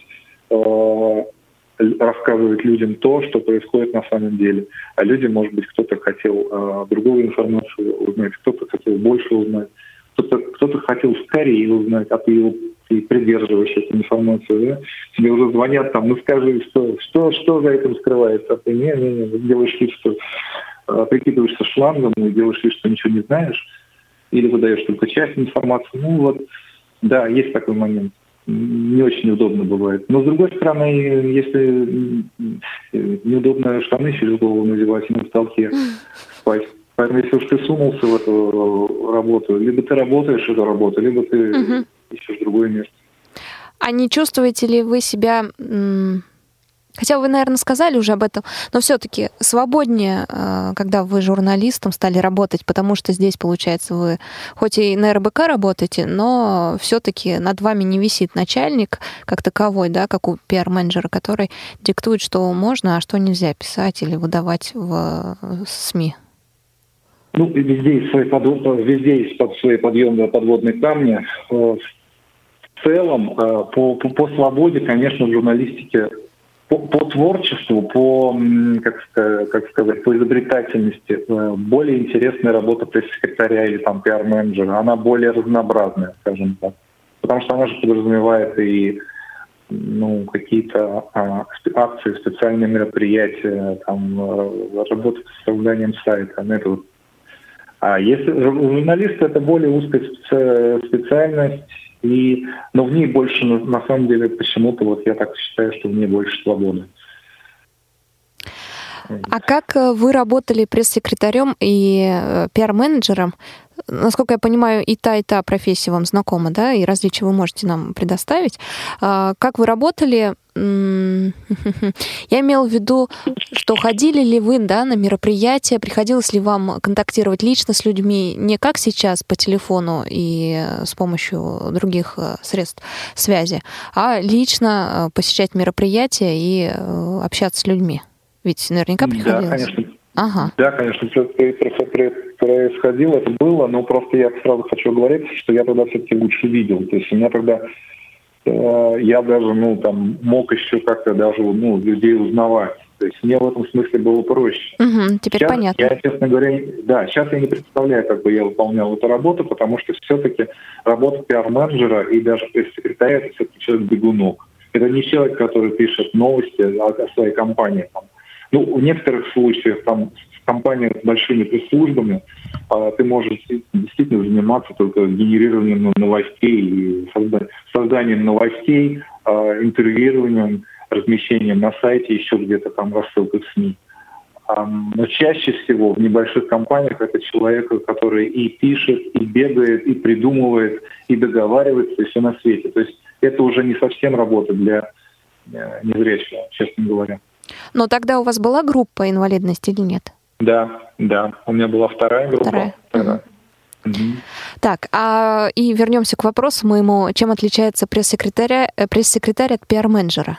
рассказывать людям то, что происходит на самом деле. А люди, может быть, кто-то хотел другую информацию узнать, кто-то хотел больше узнать, кто-то, кто-то хотел скорее узнать, а ты его ты придерживаешь эту информацию, да? Тебе уже звонят там, ну скажи, что, что, что за этим скрывается, а ты не, не, не, делаешь вид, что прикидываешься шлангом и делаешь вид, что ничего не знаешь, или выдаешь только часть информации. Ну вот, да, есть такой момент. Не очень удобно бывает. Но, с другой стороны, если неудобно штаны через голову надевать, и на потолке спать. Поэтому, если уж ты сунулся в эту работу, либо ты работаешь эту работу, либо ты угу. ищешь другое место. А не чувствуете ли вы себя... Хотя вы, наверное, сказали уже об этом, но все-таки свободнее, когда вы журналистом стали работать, потому что здесь, получается, вы хоть и на эр бэ ка работаете, но все-таки над вами не висит начальник как таковой, да, как у пиар-менеджера, который диктует, что можно, а что нельзя писать или выдавать в СМИ. Ну, везде есть свои, под... везде есть под свои подъемные подводные камни. В целом, по, по, по свободе, конечно, в журналистике По, по творчеству, по, как, как сказать, по изобретательности более интересная работа пресс-секретаря или там пиар-менеджера. Она более разнообразная, скажем так. Потому что она же подразумевает и ну, какие-то а, акции, специальные мероприятия, там, работа с созданием сайта. Это вот. А если журналист — это более узкая специальность, и, но в ней больше, на самом деле, почему-то вот я так считаю, что в ней больше свободы. А как вы работали пресс-секретарем и пиар-менеджером? Насколько я понимаю, и та, и та профессия вам знакома, да, и различия вы можете нам предоставить. Как вы работали? Я имела в виду, что ходили ли вы, да, на мероприятия, приходилось ли вам контактировать лично с людьми, не как сейчас по телефону и с помощью других средств связи, а лично посещать мероприятия и общаться с людьми? Ведь наверняка приходилось. Да, конечно. Ага. Да, конечно, происходило, это было, но просто я сразу хочу говорить, что я тогда все-таки лучше видел. То есть у меня тогда э, я даже, ну, там, мог еще как-то даже, ну, людей узнавать. То есть мне в этом смысле было проще. Угу, теперь сейчас, понятно. Я, честно говоря, да, сейчас я не представляю, как бы я выполнял эту работу, потому что все-таки работа пиар-менеджера и даже пресс-секретаря — это все-таки человек-бегунок. Это не человек, который пишет новости о, о своей компании. Там. Ну, в некоторых случаях там в компаниях с большими пресс-службами а, ты можешь действительно заниматься только генерированием новостей, и созда- созданием новостей, а, интервьюированием, размещением на сайте, еще где-то там рассылкой в СМИ. А, но чаще всего в небольших компаниях это человек, который и пишет, и бегает, и придумывает, и договаривается, и все на свете. То есть это уже не совсем работа для э, незрячего, честно говоря. Но тогда у вас была группа инвалидности или нет? Да, да. У меня была вторая группа. Вторая. Да. Угу. Так, а и вернемся к вопросу моему. Чем отличается пресс-секретарь, пресс-секретарь от пиар-менеджера?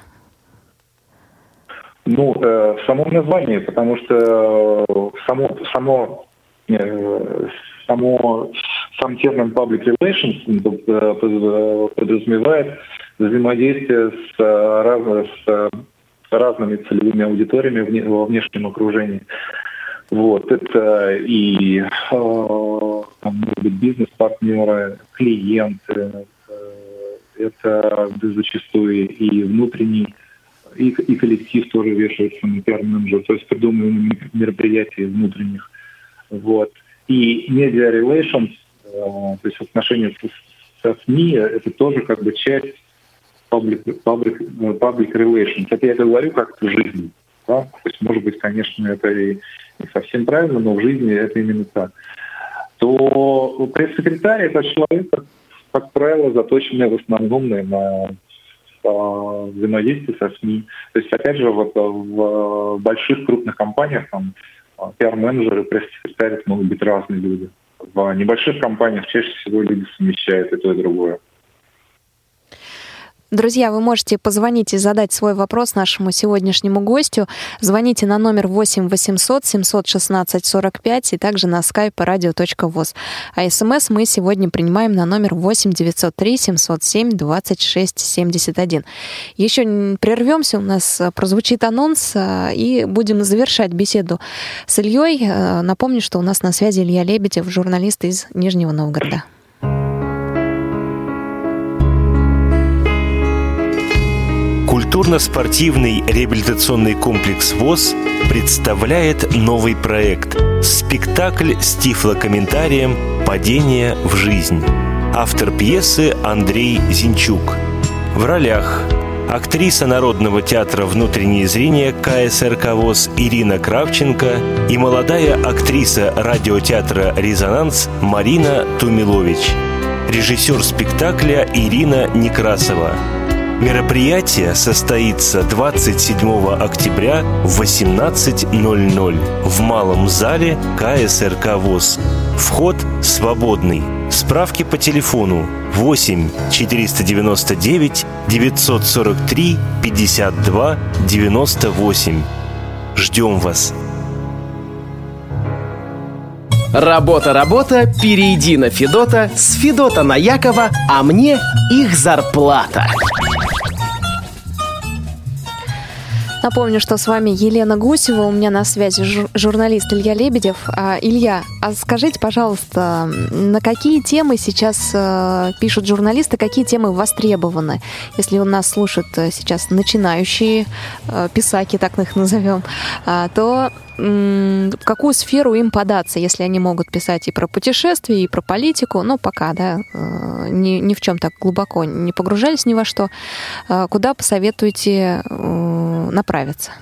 Ну, э, в самом названии, потому что само, само, э, само, сам термин public relations подразумевает взаимодействие с, раз, с разными целевыми аудиториями во внешнем окружении. Вот, это и э, там, может быть, бизнес-партнеры, клиенты, э, это зачастую и внутренний, и, и коллектив тоже вешается на пиар-менеджер, то есть придумываем мероприятий внутренних. Вот. И media relations, то есть отношения со СМИ, это тоже как бы часть public, public, public relations. Это я говорю как в жизни. Да? То есть, может быть, конечно, это и не совсем правильно, но в жизни это именно так. То пресс-секретарь — это человек, как правило, заточенный в основном на взаимодействие со СМИ. То есть, опять же, вот в больших крупных компаниях там пиар-менеджеры, пресс-секретари могут быть разные люди. В небольших компаниях чаще всего люди совмещают и то, и другое. Друзья, вы можете позвонить и задать свой вопрос нашему сегодняшнему гостю. Звоните на номер восемь восемьсот семьсот шестнадцать сорок пять и также на skype радио точка воз. А смс мы сегодня принимаем на номер восемь девятьсот три семьсот семь двадцать шесть семьдесят один. Еще прервемся, у нас прозвучит анонс, и будем завершать беседу с Ильей. Напомню, что у нас на связи Илья Лебедев, журналист из Нижнего Новгорода. Культурно-спортивный реабилитационный комплекс ВОС представляет новый проект «Спектакль с тифлокомментарием «Падение в жизнь». Автор пьесы Андрей Зинчук. В ролях актриса Народного театра «Внутреннее зрение» ка эс эр ка ВОС Ирина Кравченко и молодая актриса радиотеатра «Резонанс» Марина Тумилович. Режиссер спектакля Ирина Некрасова. Мероприятие состоится двадцать седьмого октября в восемнадцать ноль ноль в Малом зале ка эс эр ка ВОС. Вход свободный. Справки по телефону восемь четыреста девяносто девять девятьсот сорок три пятьдесят два девяносто восемь. Ждем вас. Работа, работа, перейди на Федота, с Федота на Якова, а мне их зарплата. Напомню, что с вами Елена Гусева, у меня на связи жур- журналист Илья Лебедев. А, Илья, а скажите, пожалуйста, на какие темы сейчас а, пишут журналисты, какие темы востребованы? Если у нас слушают сейчас начинающие а, писаки, так их назовем, а, то м- в какую сферу им податься, если они могут писать и про путешествия, и про политику, ну, пока, да, а, ни, ни в чем так глубоко не погружались ни во что, а, куда посоветуете а, направиться?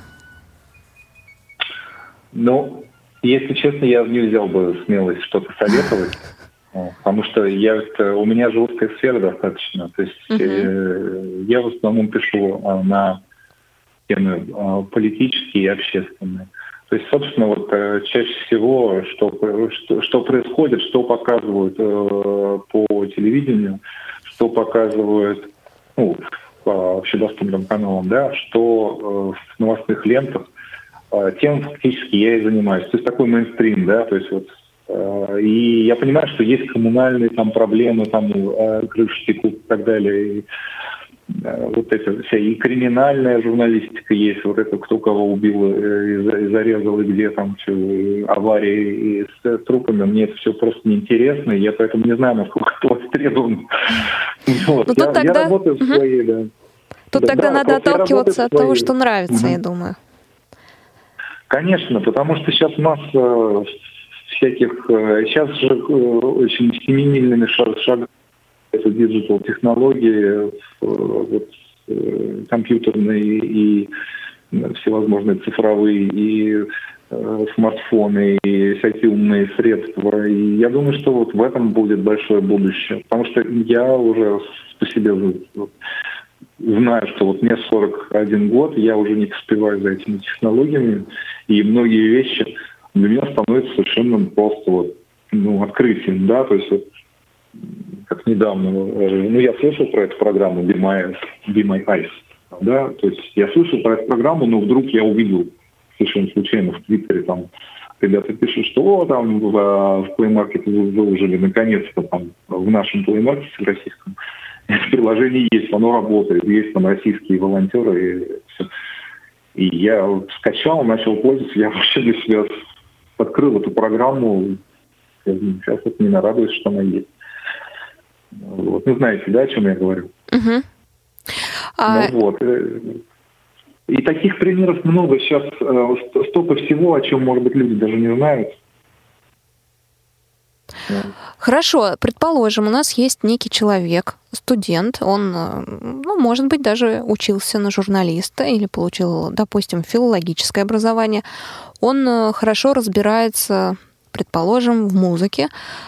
Ну, если честно, я не взял бы смелость что-то советовать, потому что я, это, у меня же узкая сфера достаточно. То есть uh-huh. э, я в основном пишу э, на темы э, политические и общественные. То есть, собственно, вот э, чаще всего, что, что, что происходит, что показывают э, по телевидению, что показывают, ну, по общедоступным каналам, да, что э, в новостных лентах, э, тем фактически я и занимаюсь. То есть такой мейнстрим, да, то есть вот, э, и я понимаю, что есть коммунальные там проблемы, там э, крыши текут и так далее, и, э, вот это вся, и криминальная журналистика есть, вот это кто кого убил э, и, и зарезал, и где там все, и аварии и с, с трупами, мне это все просто неинтересно, и я поэтому не знаю, насколько это востребовано. Вот. Ну, Я, тут тогда... я работаю в своей, да. Тут да, тогда да, надо отталкиваться от того, что нравится, угу. я думаю. Конечно, потому что сейчас масса всяких... Сейчас же очень семимильными шагами это диджитал-технологии, вот, компьютерные и всевозможные цифровые, и смартфоны, и всякие умные средства. И я думаю, что вот в этом будет большое будущее. Потому что я уже по себе знаю, что вот мне сорок один год, я уже не поспеваю за этими технологиями, и многие вещи для меня становятся совершенно просто вот, ну, открытием, да, то есть вот, как недавно, ну, я слышал про эту программу Be My, Be My Eyes, да, то есть я слышал про эту программу, но вдруг я увидел совершенно случайно в Твиттере, там, ребята пишут, что о, там в, в Play Market выложили наконец-то там в нашем Play Market российском это приложение есть, оно работает, есть там российские волонтеры и все. И я скачал, начал пользоваться, я вообще для себя открыл эту программу, сейчас вот не нарадуюсь, что она есть. Вот. Ну, знаете, да, о чем я говорю? Угу. А... Ну, вот. И таких примеров много. Сейчас столько всего, о чем, может быть, люди даже не знают. Хорошо, предположим, у нас есть некий человек, студент, он, ну, может быть, даже учился на журналиста или получил, допустим, филологическое образование. Он хорошо разбирается, предположим, в музыке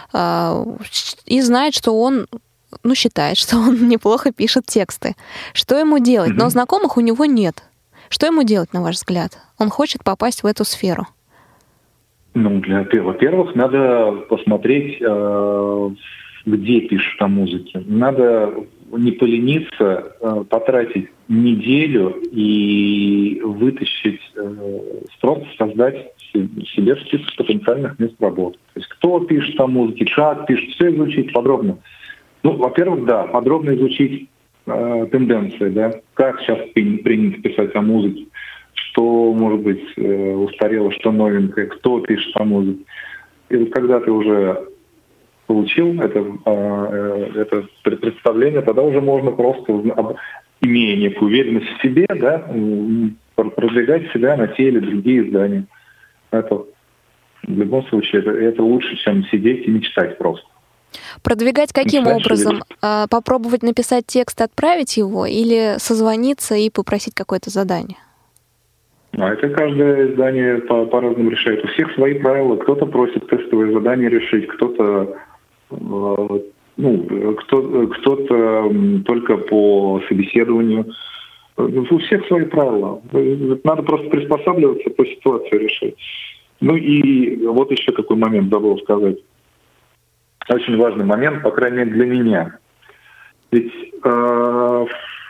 и знает, что он, ну, считает, что он неплохо пишет тексты. Что ему делать? Но знакомых у него нет. Что ему делать, на ваш взгляд? Он хочет попасть в эту сферу. Ну, для, во-первых, надо посмотреть, где пишут о музыке. Надо не полениться, потратить неделю и вытащить, просто создать себе список потенциальных мест работы. То есть кто пишет о музыке, как пишет, все изучить подробно. Ну, во-первых, да, подробно изучить э, тенденции, да, как сейчас принято писать о музыке, что, может быть, э, устарело, что новенькое, кто пишет о музыке. И вот когда ты уже получил это, э, это представление, тогда уже можно просто, имея некую уверенность в себе, да, продвигать себя на те или другие издания. Это в любом случае это, это лучше, чем сидеть и мечтать просто. Продвигать каким Мечтать, образом? А, попробовать написать текст, отправить его, или созвониться и попросить какое-то задание? А это каждое издание по- по-разному решает. У всех свои правила. Кто-то просит тестовые задания решить, кто-то, э, ну, кто, кто-то только по собеседованию. У всех свои правила. Надо просто приспосабливаться, по ситуации решать. Ну и вот еще какой момент забыл сказать. Очень важный момент, по крайней мере, для меня. Ведь э,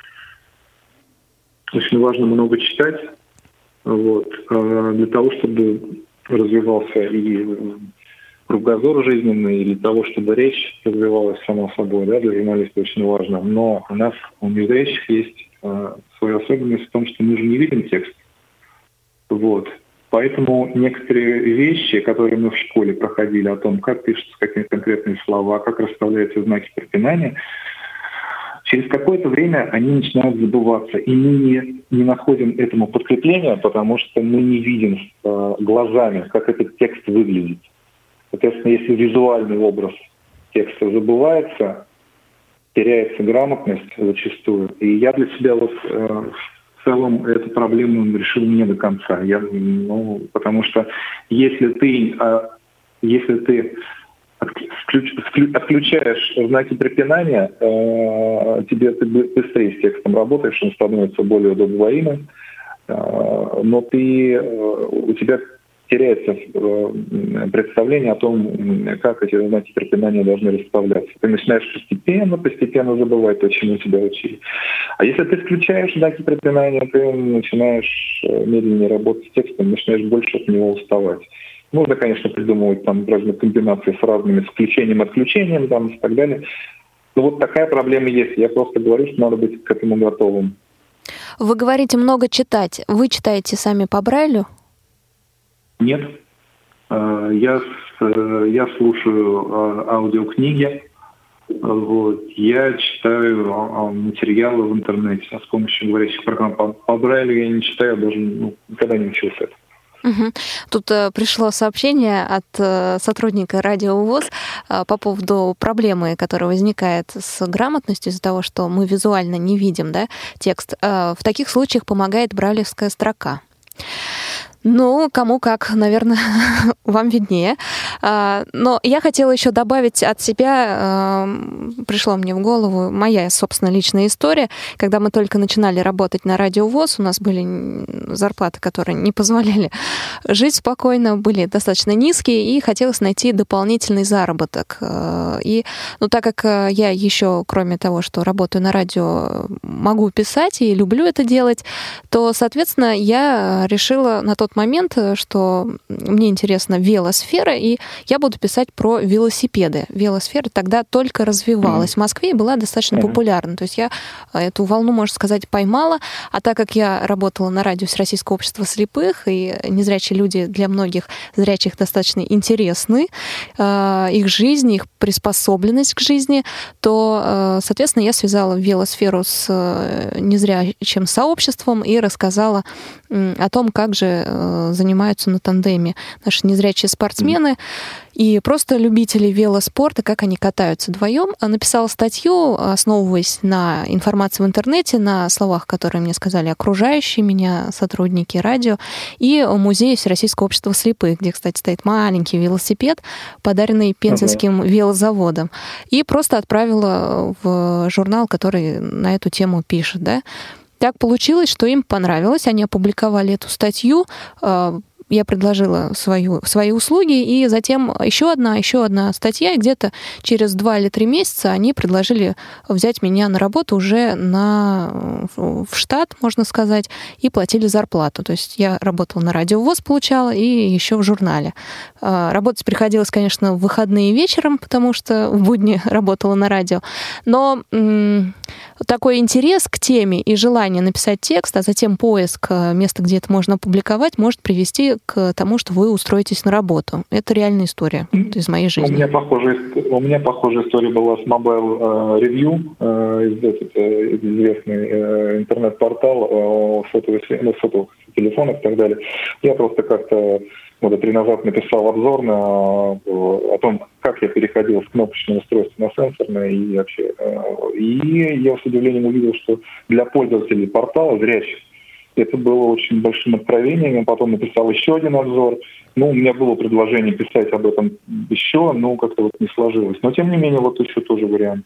очень важно много читать, вот, э, для того, чтобы развивался и кругозор жизненный, и для того, чтобы речь развивалась сама собой, да, для журналиста очень важно. Но у нас, у незрячих, есть э, своя особенность в том, что мы же не видим текст. Вот. Поэтому некоторые вещи, которые мы в школе проходили о том, как пишутся какие-то конкретные слова, как расставляются знаки препинания, через какое-то время они начинают забываться. И мы не, не находим этому подкрепления, потому что мы не видим э, глазами, как этот текст выглядит. Соответственно, если визуальный образ текста забывается, теряется грамотность зачастую. И я для себя вот... Э, в целом эту проблему решил не до конца. Я, ну, потому что если ты, если ты отключ, отключаешь знаки препинания, тебе ты быстрее с текстом работаешь, он становится более удобоваримым, но ты, у тебя теряется представление о том, как эти знаки препинания должны расставляться. Ты начинаешь постепенно, постепенно забывать то, чему тебя учили. А если ты включаешь знаки препинания, ты начинаешь медленнее работать с текстом, начинаешь больше от него уставать. Можно, конечно, придумывать там разные комбинации с разными, с включением, отключением там, и так далее. Но вот такая проблема есть. Я просто говорю, что надо быть к этому готовым. Вы говорите много читать. Вы читаете сами по Брайлю? Нет. Я, я слушаю аудиокниги, вот. Я читаю материалы в интернете с помощью говорящих программ. По, по Брайлю я не читаю, даже ну, никогда не учился этому. Угу. Тут э, пришло сообщение от э, сотрудника Радио ВОС э, по поводу проблемы, которая возникает с грамотностью из-за того, что мы визуально не видим, да, текст. Э, в таких случаях помогает брайлевская строка. Ну, кому как, наверное, вам виднее. Но я хотела еще добавить от себя, пришло мне в голову моя, собственно, личная история. Когда мы только начинали работать на Радио ВОС, у нас были зарплаты, которые не позволяли жить спокойно, были достаточно низкие, и хотелось найти дополнительный заработок. И, ну, так как я еще, кроме того, что работаю на радио, могу писать и люблю это делать, то, соответственно, я решила на тот тот момент, что мне интересна велосфера, и я буду писать про велосипеды. Велосфера тогда только развивалась mm-hmm. в Москве и была достаточно mm-hmm. популярна. То есть я эту волну, можно сказать, поймала. А так как я работала на радио Всероссийского общества слепых, и незрячие люди для многих зрячих достаточно интересны, их жизнь, их приспособленность к жизни, то, соответственно, я связала велосферу с незрячим сообществом и рассказала о том, как же занимаются на тандеме наши незрячие спортсмены и просто любители велоспорта, как они катаются вдвоем. Написала статью, основываясь на информации в интернете, на словах, которые мне сказали окружающие меня сотрудники радио, и музее Всероссийского общества слепых, где, кстати, стоит маленький велосипед, подаренный Пензенским ага. велозаводом. И просто отправила в журнал, который на эту тему пишет, да. Так получилось, что им понравилось, они опубликовали эту статью, я предложила свою, свои услуги, и затем еще одна, еще одна статья, и где-то через два или три месяца они предложили взять меня на работу уже на, в штат, можно сказать, и платили зарплату. То есть я работала на радио ВОС, получала, и еще в журнале. Работать приходилось, конечно, в выходные вечером, потому что в будни работала на радио, но м- такой интерес к теме и желание написать текст, а затем поиск места, где это можно опубликовать, может привести к тому, что вы устроитесь на работу. Это реальная история из моей жизни. У меня похожая, у меня похожая история была с Mobile Review, известный интернет-портал сотовых, сотовых телефонов и так далее. Я просто как-то года три назад написал обзор на, о том, как я переходил с кнопочного устройства на сенсорное, и вообще. И я с удивлением увидел, что для пользователей портала зрячих это было очень большим откровением. Я потом написал еще один обзор. Ну, у меня было предложение писать об этом еще, но как-то вот не сложилось. Но, тем не менее, вот еще тоже вариант.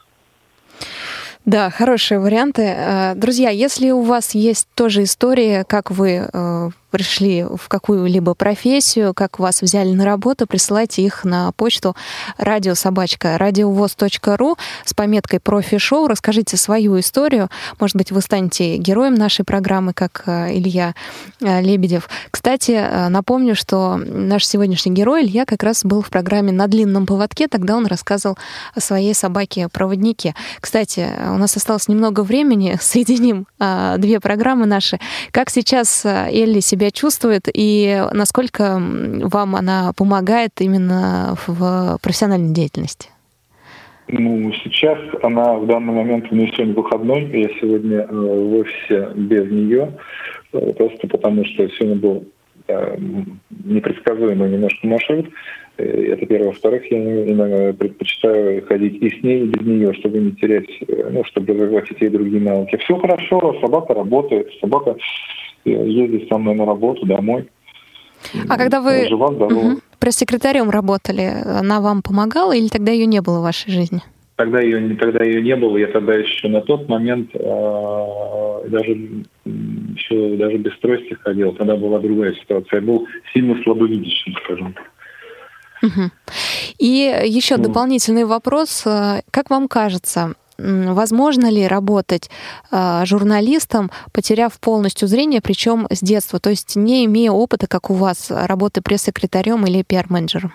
Да, хорошие варианты. Друзья, если у вас есть тоже история, как вы пришли в какую-либо профессию, как вас взяли на работу, присылайте их на почту радиособачка радиовоз точка ру с пометкой «Профи-шоу». Расскажите свою историю. Может быть, вы станете героем нашей программы, как Илья Лебедев. Кстати, напомню, что наш сегодняшний герой Илья как раз был в программе «На длинном поводке». Тогда он рассказывал о своей собаке-проводнике. Кстати, у нас осталось немного времени. Соединим а, две программы наши. Как сейчас Элли себя чувствует и насколько вам она помогает именно в профессиональной деятельности? Ну, сейчас она в данный момент, у нее сегодня выходной, я сегодня в офисе без нее, просто потому что сегодня был непредсказуемый немножко маршрут. Это первое. Во-вторых, я иногда предпочитаю ходить и с ней, и без нее, чтобы не терять, ну, чтобы развивать и те, и другие навыки. Все хорошо, собака работает, собака ездит со мной на работу, домой. А когда вы жива, угу. пресс-секретарем работали, она вам помогала или тогда ее не было в вашей жизни? Тогда ее, тогда ее не было, я тогда еще на тот момент э, даже, еще даже без трости ходил, тогда была другая ситуация. Я был сильно слабовидящим, скажем так. Угу. И еще mm. дополнительный вопрос. Как вам кажется, возможно ли работать э, журналистом, потеряв полностью зрение, причем с детства, то есть не имея опыта, как у вас, работы пресс-секретарем или пиар-менеджером?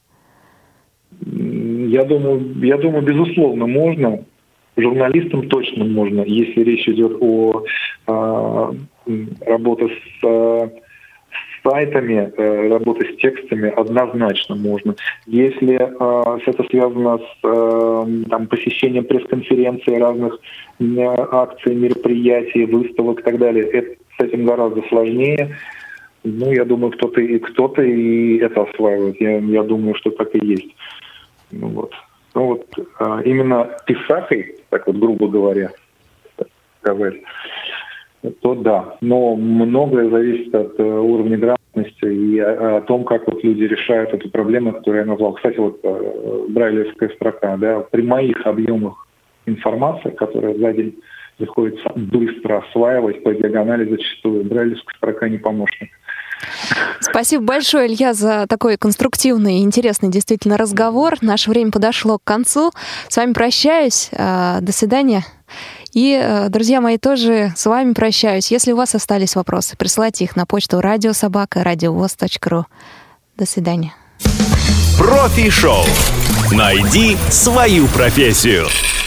Я думаю, я думаю, безусловно, можно. Журналистам точно можно, если речь идет о э, работе с, э, с сайтами, э, работе с текстами, однозначно можно. Если э, это связано с э, там, посещением пресс-конференций, разных э, акций, мероприятий, выставок и так далее, это, с этим гораздо сложнее. Ну, я думаю, кто-то и кто-то и это осваивает. Я, я думаю, что так и есть. Ну вот, ну вот а, именно писахой, так вот грубо говоря, так сказать, то да. Но многое зависит от uh, уровня грамотности и о, о том, как вот люди решают эту проблему, которую я назвал. Кстати, вот uh, брайлевская строка, да, при моих объемах информации, которая за день приходится быстро осваивать по диагонали зачастую, брайлевская строка не помощник. Спасибо большое, Илья, за такой конструктивный и интересный действительно разговор. Наше время подошло к концу. С вами прощаюсь. До свидания. И, друзья мои, тоже с вами прощаюсь. Если у вас остались вопросы, присылайте их на почту радиособака радиовоз точка ру. До свидания. Профи-шоу. Найди свою профессию.